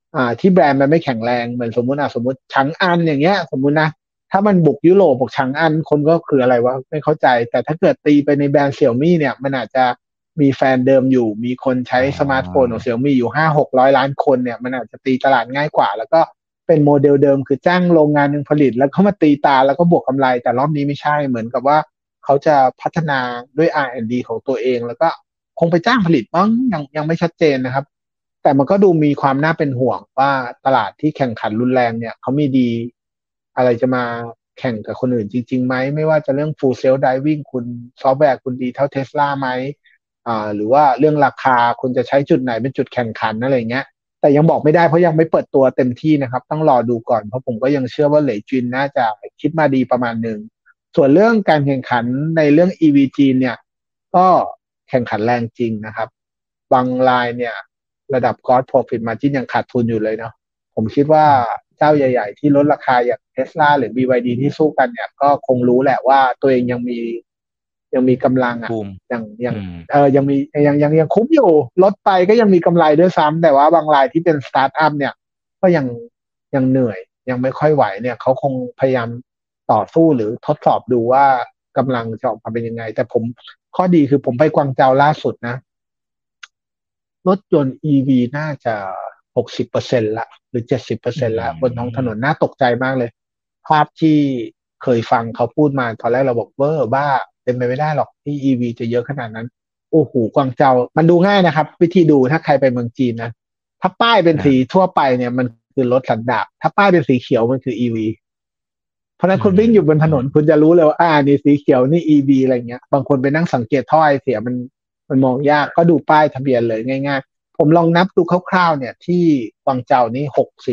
ที่แบรนด์มันไม่แข็งแรงเหมือนสมมุติชางอันอย่างเงี้ยสมมุตินะถ้ามันบุกยุโรปบอกชางอันคนก็คืออะไรวะไม่เข้าใจแต่ถ้าเกิดตีไปในแบรนด์เสี่ยมี่เนี่ยมันอาจจะมีแฟนเดิมอยู่มีคนใช้อ๋สมาร์ทโฟนของอเสี่ยมี่อยู่500-600 ล้านคนเนี่ยมันอาจจะตีตลาดง่ายกว่าแล้วก็เป็นโมเดลเดิมคือจ้างโรงงานหนึ่งผลิตแล้วเขามาตีตาแล้วก็บวกกำไรแต่รอบนี้ไม่ใช่เหมือนกับว่าเขาจะพัฒนาด้วย R&D ของตัวเองแล้วก็คงไปจ้างผลิตบ้างยังไม่ชัดเจนนะครับ แต่มันก็ดูมีความน่าเป็นห่วงว่าตลาดที่แข่งขันรุนแรงเนี่ยเขามีดีอะไรจะมาแข่งกับคนอื่นจริงๆไหมไม่ว่าจะเรื่อง full self driving คุณซอฟต์แวร์คุณดีเท่าเทสลาไหมหรือว่าเรื่องราคาคุณจะใช้จุดไหนเป็นจุดแข่งขันอะไรเงี้ยแต่ยังบอกไม่ได้เพราะยังไม่เปิดตัวเต็มที่นะครับต้องรอดูก่อนเพราะผมก็ยังเชื่อว่าเหลยจินน่าจะคิดมาดีประมาณหนึ่งส่วนเรื่องการแข่งขันในเรื่อง EV จีนเนี่ยก็แข่งขันแรงจริงนะครับบางรายเนี่ย ระดับ gross profit margin ยังขาดทุนอยู่เลยเนาะผมคิดว่าเจ้าใหญ่ๆที่ลดราคาอย่าง Tesla หรือ BYD ที่สู้กันเนี่ยก็คงรู้แหละว่าตัวเองยังมีกำลังอ่ะบูมยังอืมยังมียังคุ้มอยู่ลดไปก็ยังมีกำไรด้วยซ้ำแต่ว่าบางรายที่เป็นสตาร์ทอัพเนี่ยก็ยังเหนื่อยยังไม่ค่อยไหวเนี่ยเขาคงพยายามต่อสู้หรือทดสอบดูว่ากำลังจะออกมาเป็นยังไงแต่ผมข้อดีคือผมไปกวางเจาล่าสุดนะ รถยนต์ EV น่าจะ60%ละหรืออื 70%ละบนท้องถนนมน่าตกใจมากเลยภาพที่เคยฟังเขาพูดมาตอนแรกเราบอกเวอร์บ้าเป็นไปไม่ได้หรอกที่ EV จะเยอะขนาดนั้นโอ้โหกวางเจามันดูง่ายนะครับวิธีดูถ้าใครไปเมืองจีนนะถ้าป้ายเป็นสีนะทั่วไปเนี่ยมันคือรถสันดาปถ้าป้ายเป็นสีเขียวมันคือ EV เพราะฉะนั้อืมนคุณวิ่งอยู่บนถอืมนนคุณจะรู้เลยว่านี่สีเขียวนี่ EV อะไรเงี้ยบางคนไปนั่งสังเกตท่อไอเสียมันมองยากก็ดูป้ายทะเบียนเลยง่ายๆผมลองนับดูคร่าวๆเนี่ยที่กวางเจานี่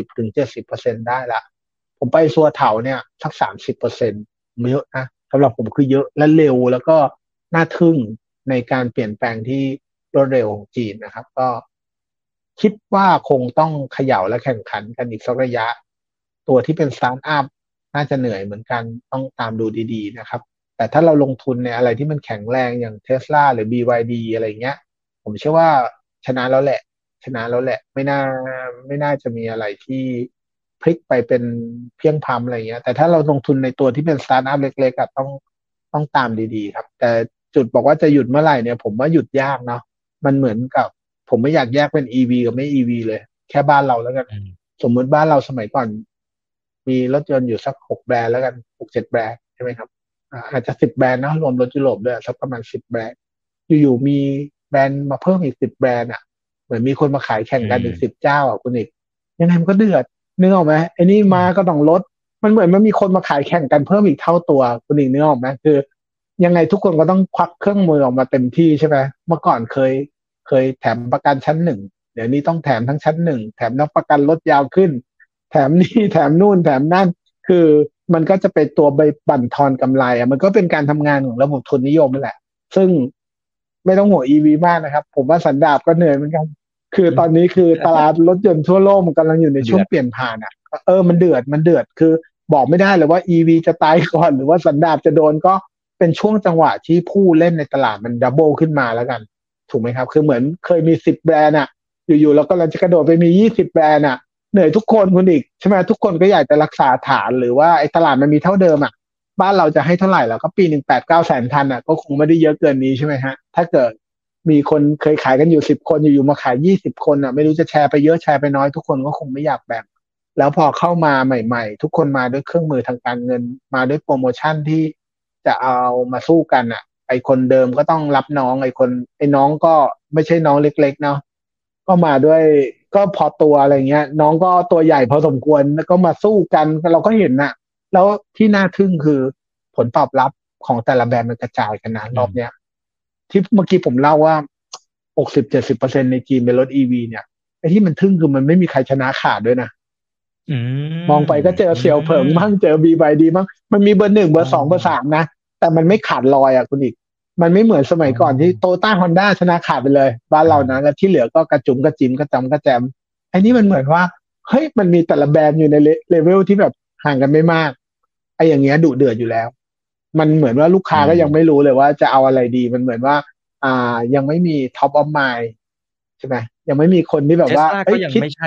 60-70%ได้ละผมไปซัวเถาเนี่ยสัก30%เยอะนะสำหรับผมคือเยอะและเร็วแล้วก็น่าทึ่งในการเปลี่ยนแปลงที่รวดเร็วของจีนนะครับก็คิดว่าคงต้องเขย่าและแข่งขันกันอีกสักระยะตัวที่เป็นสตาร์ทอัพ น่าจะเหนื่อยเหมือนกันต้องตามดูดีๆนะครับแต่ถ้าเราลงทุนในอะไรที่มันแข็งแรงอย่างเทสลาหรือ BYD อะไรเงี้ยผมเชื่อว่าชนะแล้วแหละชนะแล้วแหละไม่น่าจะมีอะไรที่พลิกไปเป็นเพียงพำอะไรเงี้ยแต่ถ้าเราลงทุนในตัวที่เป็นสตาร์ทอัพเล็กๆอะต้องตามดีๆครับแต่จุดบอกว่าจะหยุดเมื่อไหร่เนี่ยผมว่าหยุดยากเนาะมันเหมือนกับผมไม่อยากแยกเป็น EV กับไม่ EV เลยแค่บ้านเราแล้วกันอืมสมมุติบ้านเราสมัยก่อนมีรถยนต์อยู่สัก6 แบรนด์แล้วกัน6-7 แบรนด์ใช่ไหมครับอาจจะ10 แบรนด์นะรวมรถยุโรปด้วยสักประมาณ10 แบรนด์อยู่ๆมีแบรนด์มาเพิ่มอีก10 แบรนด์อ่ะเหมือนมีคนมาขายแข่งอืกันอีก10 เจ้าอ่ะคุณเอกยังไงมันก็เดือดนึกออกไหมไอ้นี่มาก็มต้องลดมันเหมือนมันมีคนมาขายแข่งกันเพิ่มอีกเท่าตัวคุณเอกนึกออกไหมคือยังไงทุกคนก็ต้องควักเครื่องมือออกมาเต็มที่ใช่ไหมเมื่อก่อนเคยแถมประกันชั้นหนึ่งเดี๋ยวนี้ต้องแถมทั้งชั้นหนึ่งแถมนับประกันลดยาวขึ้น แถมนี่แถมนู่นแถมนั่นคือมันก็จะเป็นตัวไปบั่นทอนกำไรอ่ะมันก็เป็นการทำงานของระบบทุนนิยมนั่นแหละซึ่งไม่ต้องห่วง EV มากนะครับผมว่าสันดาปก็เหนื่อยเหมือนกันคือตอนนี้คือตลาดรถยนต์ทั่วโลกมันกำลังอยู่ในเดือดช่วงเปลี่ยนผ่านอ่ะมันเดือดคือบอกไม่ได้เลยว่า EV จะตายก่อนหรือว่าสันดาปจะโดนก็เป็นช่วงจังหวะที่ผู้เล่นในตลาดมันดับเบิลขึ้นมาแล้วกันถูกไหมครับคือเหมือนเคยมี10 แบรนด์อ่ะอยู่ๆเรากำลังจะกระโดดไปมี20 แบรนด์อ่ะ เหนื่อยทุกคนคุณอีกใช่ไหมทุกคนก็อยากจะรักษาฐานหรือว่าไอ้ตลาดมันมีเท่าเดิมอ่ะบ้านเราจะให้เท่าไหร่แล้วก็ปีหนึ่ง8-9 แสนคันอ่ะก็คงไม่ได้เยอะเกินนี้ใช่ไหมฮะถ้าเกิดมีคนเคยขายกันอยู่10 คนอยู่ๆมาขาย20 คนอ่ะไม่รู้จะแชร์ไปเยอะแชร์ไปน้อยทุกคนก็คงไม่อยากแบ่งแล้วพอเข้ามาใหม่ๆทุกคนมาด้วยเครื่องมือทางการเงินมาด้วยโปรโมชั่นที่จะเอามาสู้กันอ่ะไอ้คนเดิมก็ต้องรับน้องไอ้น้องก็ไม่ใช่น้องเล็กๆเนาะ ก็มาด้วยก็พอตัวอะไรเงี้ยน้องก็ตัวใหญ่พอสมควรแล้วก็มาสู้กันเราก็เห็นน่ะแล้วที่น่าทึ่งคือผลตอบรับของแต่ละแบรนด์มันกระจายกันนะรอืมอบเนี้ยที่เมื่อกี้ผมเล่าว่า60-70%ในจีนเป็นรถอีวีเนี่ยไอ้ที่มันทึ่งคือมันไม่มีใครชนะขาดด้วยนะอืมองไปก็เจออืเสี่ยวเผิงมบ้างเจอบีไบดีบ้างมันมีเบอร์ 1เบอ๋ออร์สองเบอร์สามนะแต่มันไม่ขาดลอยอ่ะคุณอีกมันไม่เหมือนสอ๋อมัยก่อนที่โตต้าฮอนด้าชนะขาดไปเลยบ้านเรานะอ่าแล้วที่เหลือก็กระจุมกระจิมกระจำกระแจม ไอ้นี่มันเหมือนว่าเฮ้ยมันมีแต่ละแบรนด์อยู่ในเลเวลที่แบบห่างกันไม่มากไอ้อย่างเงี้ยดุเดือดอยู่แล้วมันเหมือนว่าลูกอืค้าก็ยังไม่มรู้เลยว่าจะเอาอะไรดีมันเหมือนว่ายังไม่มีท็อปออฟมายใช่ไหมยังไม่มีคนที่แบบว่าเทสลาเอ้ยคิดก็ยังไม่ใช่เหรอครับ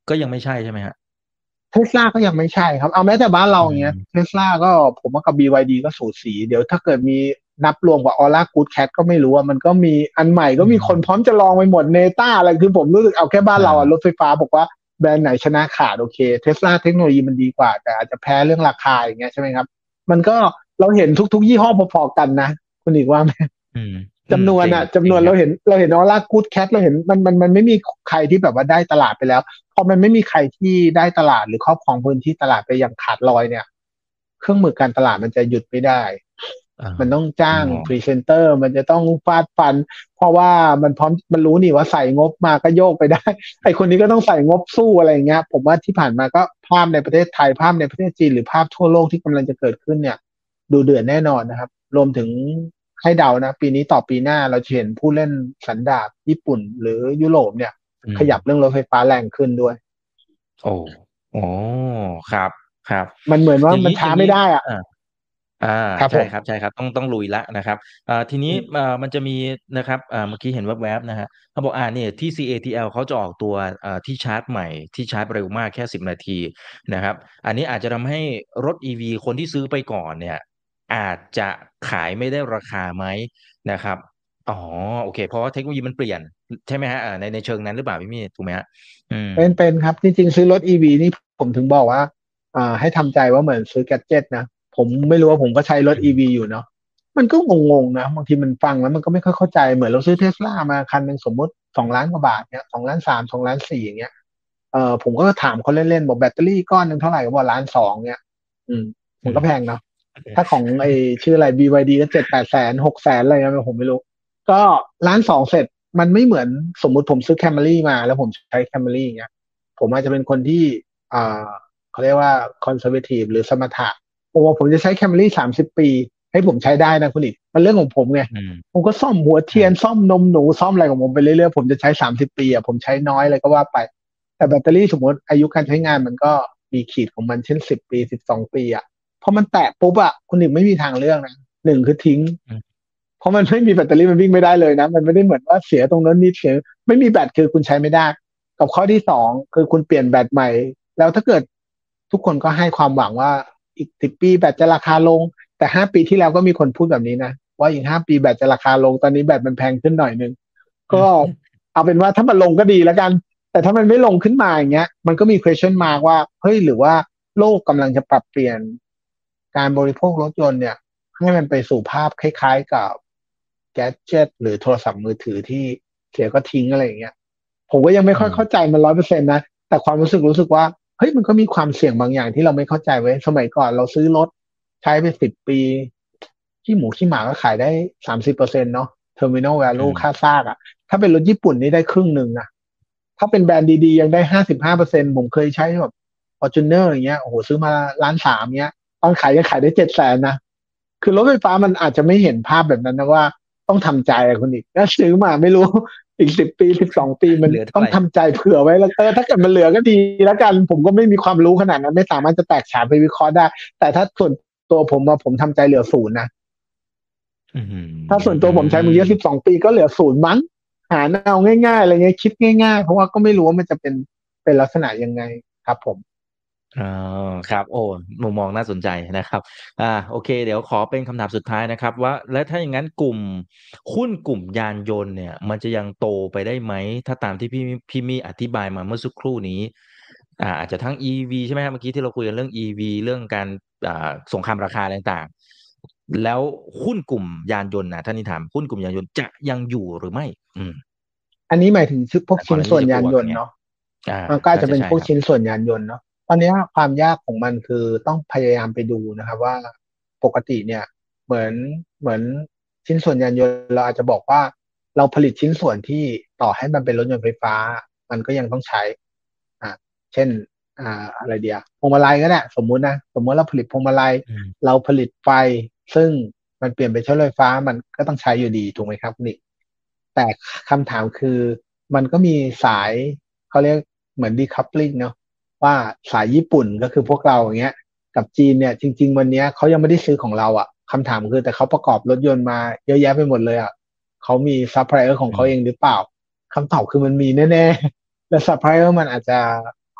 ก็ยังไม่ใช่ใช่ไหมฮะเทสลาก็ยังไม่ใช่ครับเอาแม้แต่บ้านเราอือย่างเงี้ยเทมสลาก็ผมว่ากับ BYD ก็สูสีเดี๋ยวถ้าเกิดมีนับรวมกับออร่ากูดแคทก็ไม่รู้ว่ามันก็มีอันใหม่อืก็มีคนพร้อมมจะลองไปหมดเนต้าอะไรคือผมรู้สึกเอาแค่บ้านเราอะรถอ่าไฟฟ้าบอกว่าแบรนด์ไหนชนะขาดโอเคเทสลาเทคโนโลยีมันดีกว่าแต่อาจจะแพ้เรื่องราคาอย่างเงี้ยใช่ไหมครับมันก็เราเห็นทุกๆยี่ห้อพอๆกันนะคุณอีกว่าไหมอืมอืมจำนวนจริงอะจำนจริงครับวนเราเห็นออร่ากูดแคทเราเห็นมันไม่มีใครที่แบบว่าได้ตลาดไปแล้วพอมันไม่มีใครที่ได้ตลาดหรือครอบครองพื้นที่ตลาดไปอย่างขาดลอยเนี่ยเครื่องมือการตลาดมันจะหยุดไม่ได้อ่ามันต้องอ๋อจ้างพรีเซนเตอร์มันจะต้องฟาดฟันเพราะว่ามันพร้อมมันรู้นี่ว่าใส่งบมาก็โยกไปได้ไอคนนี้ก็ต้องใส่งบสู้อะไรอย่างเงี้ยผมว่าที่ผ่านมาก็ภาพในประเทศไทยภาพในประเทศจีนหรือภาพทั่วโลกที่กำลังจะเกิดขึ้นเนี่ยดูเดือดแน่นอนนะครับรวมถึง ให้เดานะปีนี้ต่อปีหน้าเราจะเห็นผู้เล่นสันดาปญี่ปุ่นหรือยุโรปเนี่ยอืมขยับเรื่องรถไฟฟ้าแรงขึ้นด้วยโอ้โอ้ครับครับมันเหมือนว่าอย่างมันช้านี้อย่างนี้ไม่ได้อะอ่า อาครับผมใช่ครับใช่ครับต้องลุยแล้วนะครับทีนี้อืมมันจะมีนะครับเมื่อกี้เห็นแวบๆนะฮะเขาบอกเนี่ยที่ CATL เขาจะออกตัวที่ชาร์จใหม่ที่ชาร์จเร็วมากแค่10นาทีนะครับอันนี้อาจจะทำให้รถ EV คนที่ซื้อไปก่อนเนี่ยอาจจะขายไม่ได้ราคาไหมนะครับอ๋อโอเคเพราะว่าเทคโนโลยีมันเปลี่ยนใช่ไหมฮะในเชิงนั้นหรือเปล่าพี่มี่ถูกไหมฮะอืมเป็นครับจริงๆซื้อรถอีวีนี่ผมถึงบอกว่าให้ทำใจว่าเหมือนซื้อแกดเจ็ตนะผมไม่รู้ว่าผมก็ใช้รถอีวีอยู่เนาะมันก็งงๆนะบางทีมันฟังแล้วมันก็ไม่ค่อยเข้าใจเหมือนเราซื้อเทสลามาคันหนึ่งสมมติ2 ล้านกว่าบาทเนี่ย2.3 ล้าน2.4 ล้านอย่างเงี้ยผมก็ถามเขาเล่นๆบอกแบตเตอรี่ก้อนหนึ่งเท่าไหร่ก็บอก1.2 ล้านเนี่ยอืมอืมมันก็แพงเนาะถ้าของไอชื่ออะไร BYD ก็7-8 แสน6 แสนอะไรเงี้ยผมไม่รู้ก็1.2 ล้านเสร็จมันไม่เหมือนสมมุติผมซื้อแคมรี่มาแล้วผมใช้แคมรี่อย่างเงี้ยผมอาจจะเป็นคนที่อ่าเขาเรียกว่าคอนเซอร์เวทีฟหรือสมถะผมว่าผมจะใช้แคมรี่30 ปีให้ผมใช้ได้นะคุณอีกมันเรื่องของผมไงอืมผมก็ซ่อมหัวอืเทียนมซ่อมนมหนูซ่อมอะไรของผมไปเรื่อยๆผมจะใช้30 ปีอ่ะผมใช้น้อยอะไรก็ว่าไปแต่แบตเตอรี่สมมติอายุการใช้งานมันก็มีขีดของมันเช่น10 ปี12 ปีอ่ะพอมันแตะปุ๊บอ่ะคุณหนึ่งไม่มีทางเลือกนะหนึ่งคือทิ้งอืมเพราะมันไม่มีแบตเตอรี่มันวิ่งไม่ได้เลยนะมันไม่ได้เหมือนว่าเสียตรงนั้นนิดเสียไม่มีแบตคือคุณใช้ไม่ได้กับข้อที่สองคือคุณเปลี่ยนแบตใหม่แล้วถ้าเกิดทุกคนก็ให้ความหวังว่าอีก10 ปีแบตจะราคาลงแต่5 ปีที่แล้วก็มีคนพูดแบบนี้นะ ว่าอีก5 ปีแบตจะราคาลงตอนนี้แบตมันแพงขึ้นหน่อยนึงก็อืมเอาเป็นว่าถ้ามันลงก็ดีแล้วกันแต่ถ้ามันไม่ลงขึ้นมาอย่างเงี้ยมันก็มี question mark ว่าเฮ้ยหรือว่าโลกกำลังจะปรับเปลี่ยนการบริโภครถยนต์เนี่ยให้มันไปสู่ภาพคล้ายๆกับแกดเจ็ตหรือโทรศัพท์มือถือที่เสียก็ทิ้งอะไรอย่างเงี้ยผมก็ยังไม่ค่อยเข้าใจมัน100%นะแต่ความรู้สึกว่าเฮ้ยมันก็มีความเสี่ยงบางอย่างที่เราไม่เข้าใจไว้สมัยก่อนเราซื้อรถใช้ไป10 ปีขี้หมูขี้หมาก็ขายได้30%เนาะ terminal อื value ค่ามซากอ่ะถ้าเป็นรถญี่ปุ่นนี่ได้ครึ่งหนึ่งนะถ้าเป็นแบรนด์ดีๆยังได้55%ผมเคยใช้แบบ Fortuner อย่างเงี้ยโอ้โหซื้อมา1.3 ล้านเงี้ยตอนขายยังขายได้700,000นะคือรถไฟฟ้ามันอาจจะไม่เห็นภาพแบบนั้นนะว่าต้องทำใจอะคุณอีกถ้าซื้อมาไม่รู้อีก10 ปี12 ปีมันเหลือเท่าไหร่ต้องทำใจเผื่อไว้แล้วถ้าเกิดมันเหลือก็ดีแล้วกันผมก็ไม่มีความรู้ขนาดนั้นไม่สามารถจะแตกฉานไปวิเคราะห์ได้แต่ถ้าส่วนตัวผมอะผมทำใจเหลือศูนย์นะอืถ้าส่วนตัวผมใช้มือเยอะ12 ปีก็เหลือศูนย์มั้งหารเอาง่ายๆอะไรเงี้ยคิดง่ายๆเพราะว่าก็ไม่รู้ว่ามันจะเป็นลักษณะยังไงครับผมอ๋อครับโอ้มุมมองน่าสนใจนะครับโอเคเดี๋ยวขอเป็นคำถามสุดท้ายนะครับว่าแล้วถ้าอย่างนั้นกลุ่มหุ้นกลุ่มยานยนต์เนี่ยมันจะยังโตไปได้ไหมถ้าตามที่พี่มี่อธิบายมาเมื่อสักครู่นี้อาจจะทั้ง EV ใช่ไหมครับเมื่อกี้ที่เราคุยกันเรื่อง EV เรื่องการสงครามราคาอะไรต่างๆแล้วหุ้นกลุ่มยานยนต์นะท่านนี้ถามหุ้นกลุ่มยานยนต์จะยังอยู่หรือไม่อืมอันนี้หมายถึงพวกชิ้นส่วนก่อนหน้านี้จะกยานยนต์ลัวกันไงเนาะอ่ามันก็อาจน่าจะเป็นพวกจะใช่ครับชิ้นส่วนยานยนต์เนาะตอนนี้ความยากของมันคือต้องพยายามไปดูนะครับว่าปกติเนี่ยเหมือนเหมือนชิ้นส่วนยานยนต์เราอาจจะบอกว่าเราผลิตชิ้นส่วนที่ต่อให้มันเป็นรถยนต์ไฟฟ้ามันก็ยังต้องใช้อ่าเช่นอะไรเดียวพวงมาลัยก็ได้สมมุตินะสมมุติเราผลิตพวงมาลัยอืมเราผลิตไฟซึ่งมันเปลี่ยนเป็นใช้ไฟฟ้ามันก็ต้องใช้อยู่ดีถูกไหมครับนี่แต่คำถามคือมันก็มีสายเขาเรียกเหมือน decoupling เนาะว่าสายญี่ปุ่นก็คือพวกเราอย่างเงี้ยกับจีนเนี่ยจริงๆวันเนี้ยเขายังไม่ได้ซื้อของเราอ่ะคำถามคือแต่เขาประกอบรถยนต์มาเยอะแยะไปหมดเลยอ่ะเขามีซัพพลายเออร์ของเขาเองหอืมรือเปล่าคำตอบคือมันมีแน่ๆและซัพพลายเออร์มันอาจจะ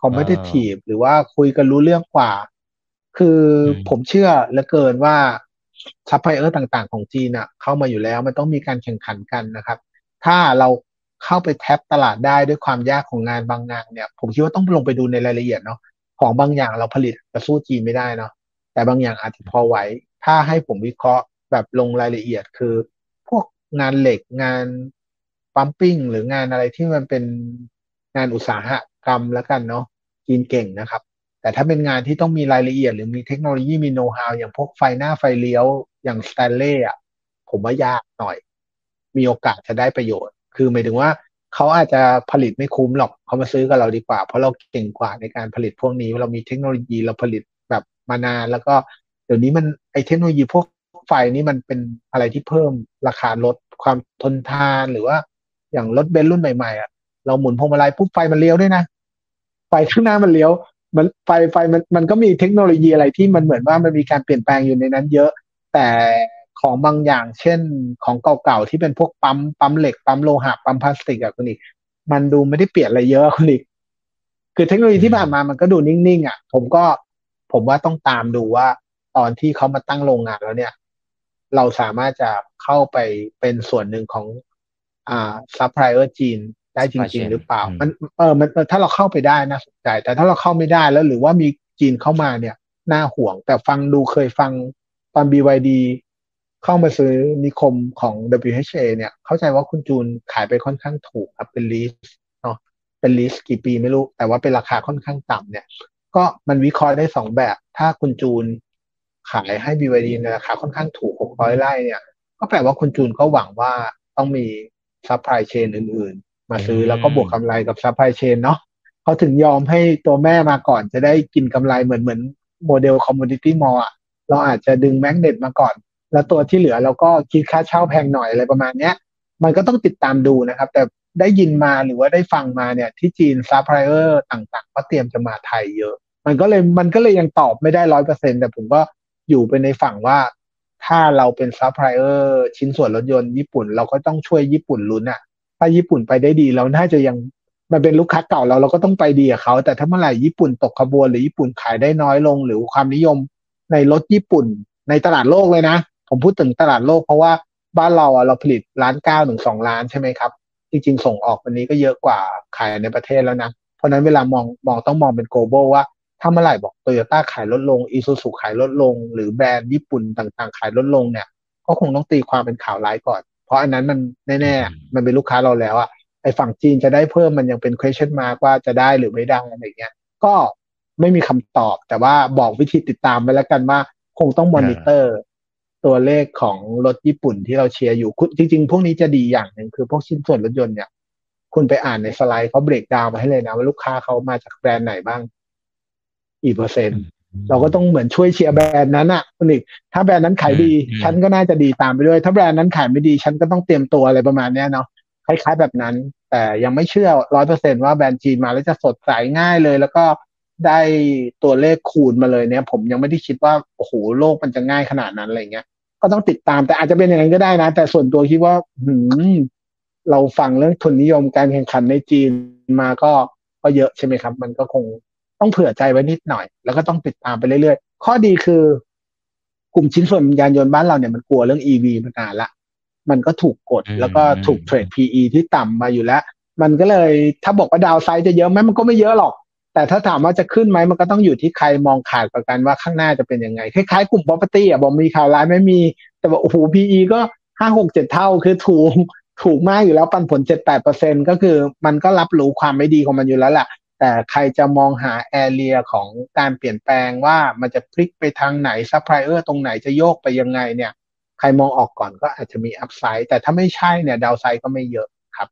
competitive หรือว่าคุยกันรู้เรื่องกว่า คือผมเชื่อเหลือเกินว่าซัพพลายเออร์ต่างๆของจีนอ่ะเข้ามาอยู่แล้วมันต้องมีการแข่งขันกันนะครับถ้าเราเข้าไปแท็บตลาดได้ด้วยความยากของงานบางงานเนี่ยผมคิดว่าต้องลงไปดูในรายละเอียดเนาะของบางอย่างเราผลิตจะสู้จีนไม่ได้เนาะแต่บางอย่างอาจจะพอไหวถ้าให้ผมวิเคราะห์แบบลงรายละเอียดคือพวกงานเหล็กงานปั๊มปิ้งหรืองานอะไรที่มันเป็นงานอุตสาหกรรมแล้วกันเนาะจีนเก่งนะครับ แต่ถ้าเป็นงานที่ต้องมีรายละเอียดหรือมีเทคโนโลยีมีโน้ตฮาวอย่างพวกไฟหน้าไฟเลี้ยวอย่างสแตนเล่อะผมว่ายากหน่อยมีโอกาสจะได้ประโยชน์คือหมายถึงว่าเขาอาจจะผลิตไม่คุ้มหรอกเขามาซื้อกับเราดีกว่าเพราะเราเก่งกว่าในการผลิตพวกนี้เรามีเทคโนโลยีเราผลิตแบบมานานแล้วก็เดี๋ยวนี้มันไอเทคโนโลยีพวกไฟนี่มันเป็นอะไรที่เพิ่มราคาลดความทนทานหรือว่าอย่างรถเบนซ์รุ่นใหม่ๆอ่ะเราหมุนพวงมาลัยปุ๊บไฟมันเลี้ยวด้วยนะไฟข้างหน้ามันเลี้ยว ไฟมันก็มีเทคโนโลยีอะไรที่มันเหมือนว่ามันมีการเปลี่ยนแปลงอยู่ในนั้นเยอะแต่ของบางอย่างเช่นของเก่าๆที่เป็นพวกปั๊มเหล็กปั๊มโลหะปั๊มพลาสติกอะคุณอีกมันดูไม่ได้เปลี่ยนอะไรเยอะคุณอีกคือเทคโนโลยีที่ผ่านมามันก็ดูนิ่งๆอะผมว่าต้องตามดูว่าตอนที่เขามาตั้งโรงงานแล้วเนี่ยเราสามารถจะเข้าไปเป็นส่วนหนึ่งของซัพพลายเออร์จีนได้จ supply ริงๆ chain หรือเปล่ามันถ้าเราเข้าไปได้น่าสนใจแต่ถ้าเราเข้าไม่ได้แล้วหรือว่ามีจีนเข้ามาเนี่ยน่าห่วงแต่ฟังดูเคยฟังตอน BYD เข้ามาซื้อนิคมของ WHA เนี่ยเข้าใจว่าคุณจูนขายไปค่อนข้างถูกครับเป็นลีสเนาะเป็นลีสกี่ปีไม่รู้แต่ว่าเป็นราคาค่อนข้างต่ำเนี่ยก็มันวิเคราะห์ได้สองแบบถ้าคุณจูนขายให้ BYD ในราคาค่อนข้างถูก600ไร่เนี่ยก็แปลว่าคุณจูนก็หวังว่าต้องมีซัพพลายเชนอื่นๆมาซื้อแล้วก็บวกกำไรกับซัพพลายเชนเนาะเขาถึงยอมให้ตัวแม่มาก่อนจะได้กินกำไรเหมือนโมเดลคอมมูนิตี้มอลล์เราอาจจะดึงแมกเนตมาก่อนแล้วตัวที่เหลือเราก็คิดค่าเช่าแพงหน่อยอะไรประมาณเนี้ยมันก็ต้องติดตามดูนะครับแต่ได้ยินมาหรือว่าได้ฟังมาเนี่ยที่จีนซัพพลายเออร์ต่างๆก็เตรียมจะมาไทยเยอะมันก็เลยยังตอบไม่ได้100%แต่ผมก็อยู่ไปในฝั่งว่าถ้าเราเป็นซัพพลายเออร์ชิ้นส่วนรถยนต์ญี่ปุ่นเราก็ต้องช่วยญี่ปุ่นลุ้นอะถ้าญี่ปุ่นไปได้ดีเราน่าจะยังมันเป็นลูกค้าเก่าเราก็ต้องไปดีกับเขาแต่ถ้าเมื่อไหร่ญี่ปุ่นตกขบวนหรือญี่ปุ่นขายได้น้อยลงหรือความนิยมในรถญี่ปุ่นในตลาดโลกเลยนะผมพูดถึงตลาดโลกเพราะว่าบ้านเราเราผลิต1.9 ถึง 2 ล้านใช่ไหมครับจริงๆส่งออกวันนี้ก็เยอะกว่าขายในประเทศแล้วนะเพราะนั้นเวลามองต้องมองเป็น global ว่าถ้าเมื่อไหร่บอกโตโยต้าขายลดลงอีซูซูขายลดลงหรือแบรนด์ญี่ปุ่นต่างๆขายลดลงเนี่ยก็คงต้องตีความเป็นข่าวร้ายก่อนเพราะอันนั้นมันแน่ๆมันเป็นลูกค้าเราแล้วอะไอ้ฝั่งจีนจะได้เพิ่มมันยังเป็น question mark ว่าจะได้หรือไม่ได้อะไรเงี้ยก็ไม่มีคำตอบแต่ว่าบอกวิธีติดตามไปแล้วกันว่าคงต้องมอนิเตอร์ตัวเลขของรถญี่ปุ่นที่เราเชียร์อยู่จริงๆพวกนี้จะดีอย่างหนึ่งคือพวกชิ้นส่วนรถยนต์เนี่ยคุณไปอ่านในสไลด์เขาเบรกดาวน์มาให้เลยนะว่าลูกค้าเขามาจากแบรนด์ไหนบ้างกี่เปอร์เซ็นต์เราก็ต้องเหมือนช่วยเชียร์แบรนด์นั้นอ่ะคุณอีกถ้าแบรนด์นั้นขายดีฉันก็น่าจะดีตามไปด้วยถ้าแบรนด์นั้นขายไม่ดีฉันก็ต้องเตรียมตัวอะไรประมาณเนี้ยเนาะคล้ายๆแบบนั้นแต่ยังไม่เชื่อ100%ว่าแบรนด์จีนมาแล้วจะสดใสง่ายเลยแล้วก็ได้ตัวเลขคูณมาเลยเนี่ยผมยังไม่ได้คิดว่าโอ้โหโลกมันจะง่ายขนาดนั้นอะไรเงี้ยก็ต้องติดตามแต่อาจจะเป็นอย่างนั้นก็ได้นะแต่ส่วนตัวคิดว่าเราฟังเรื่องทุนนิยมการแข่งขันในจีนมาก็เยอะใช่ไหมครับมันก็คงต้องเผื่อใจไว้นิดหน่อยแล้วก็ต้องติดตามไปเรื่อยๆข้อดีคือกลุ่มชิ้นส่วนยานยนต์บ้านเราเนี่ยมันกลัวเรื่อง EV มานานละมันก็ถูกกดแล้วก็ถูกเทรด PE ที่ต่ำมาอยู่แล้วมันก็เลยถ้าบอกว่าดาวไซด์จะเยอะไหมมันก็ไม่เยอะหรอกแต่ถ้าถามว่าจะขึ้นไหมมันก็ต้องอยู่ที่ใครมองขาดประกันว่าข้างหน้าจะเป็นยังไงคล้ายๆกลุ่ม property บอกมีข่าวร้ายไม่มีแต่ว่าโอ้โห PE ก็5-6-7 เท่าคือถูกมากอยู่แล้วปันผล7-8%ก็คือมันก็รับรู้ความไม่ดีของมันอยู่แล้วแหละแต่ใครจะมองหาแอเรียของการเปลี่ยนแปลงว่ามันจะพลิกไปทางไหนซัพพลายเออร์ตรงไหนจะโยกไปยังไงเนี่ยใครมองออกก่อนก็อาจจะมีอัพไซด์แต่ถ้าไม่ใช่เนี่ยดาวไซด์ก็ไม่เยอะครับ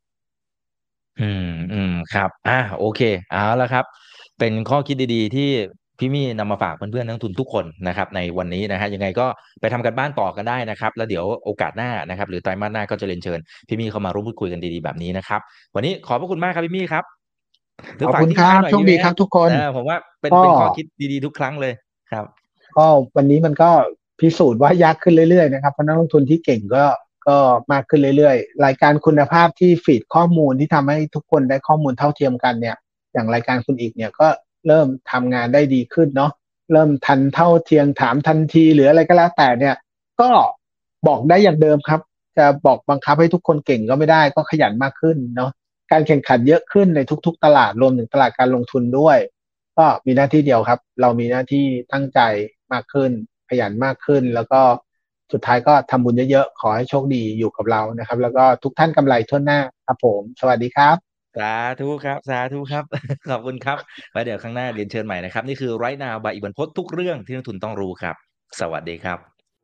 ครับโอเคเอาละครับเป็นข้อคิดดีๆที่พี่มี่นำมาฝากเพื่อนๆนักลงทุนทุกคนนะครับในวันนี้นะฮะยังไงก็ไปทำกันบ้านต่อกันได้นะครับแล้วเดี๋ยวโอกาสหน้านะครับหรือไตรมาสหน้าก็จะเรียนเชิญพี่มี่เข้ามาร่วมพูดคุยกันดีๆแบบนี้นะครับวันนี้ขอบพระคุณมากครับพี่มี่ครับหรือฝากขอบคุณทิ้งท้ายหน่อยครับโชคดีไหมฮะดีครับทุกคนผมว่าเป็นก็เป็นข้อคิดดีๆทุกครั้งเลยครับก็วันนี้มันก็พิสูจน์ว่ายากขึ้นเรื่อยๆนะครับเพราะนักลงทุนที่เก่งก็มากขึ้นเรื่อยๆรายการคุณภาพที่ฟีดข้อมูลที่ทำให้ทุกคนได้ข้อมูลเท่าเทียมกันเนี่ยอย่างรายการคุณอีกเนี่ยก็เริ่มทำงานได้ดีขึ้นเนาะเริ่มทันเท่าเทียมถามทันทีหรืออะไรก็แล้วแต่เนี่ยก็บอกได้อย่างเดิมครับจะบอกบังคับให้ทุกคนเก่งก็ไม่ได้ก็ขยันมากขึ้นเนาะการแข่งขันเยอะขึ้นในทุกๆตลาดรวมถึงตลาดการลงทุนด้วยก็มีหน้าที่เดียวครับเรามีหน้าที่ตั้งใจมากขึ้นขยันมากขึ้นแล้วก็สุดท้ายก็ทำบุญเยอะๆขอให้โชคดีอยู่กับเรานะครับแล้วก็ทุกท่านกำไรทั่วหน้าครับผมสวัสดีครับสาธุครับสาธุครับ ขอบคุณครับไว้เดี๋ยวข้างหน้าเรียนเชิญใหม่นะครับนี่คือ Right Now by อีกบรรพตทุกเรื่องที่นักทุนต้องรู้ครับสวัสดีครับ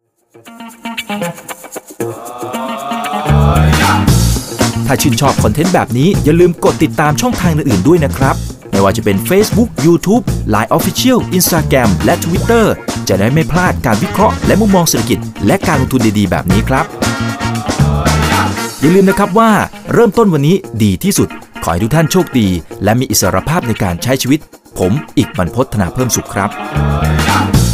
ถ้าชื่นชอบคอนเทนต์แบบนี้อย่าลืมกดติดตามช่องทางอื่นๆด้วยนะครับไม่ว่าจะเป็น Facebook, YouTube, Line Official, Instagram และ Twitter จะได้ไม่พลาดการวิเคราะห์และมุมมองเศรษฐกิจและการลงทุนดีๆแบบนี้ครับอย่าลืมนะครับว่าเริ่มต้นวันนี้ดีที่สุดขอให้ทุกท่านโชคดีและมีอิสรภาพในการใช้ชีวิตผมอีกบรรพต ธนาเพิ่มสุขครับ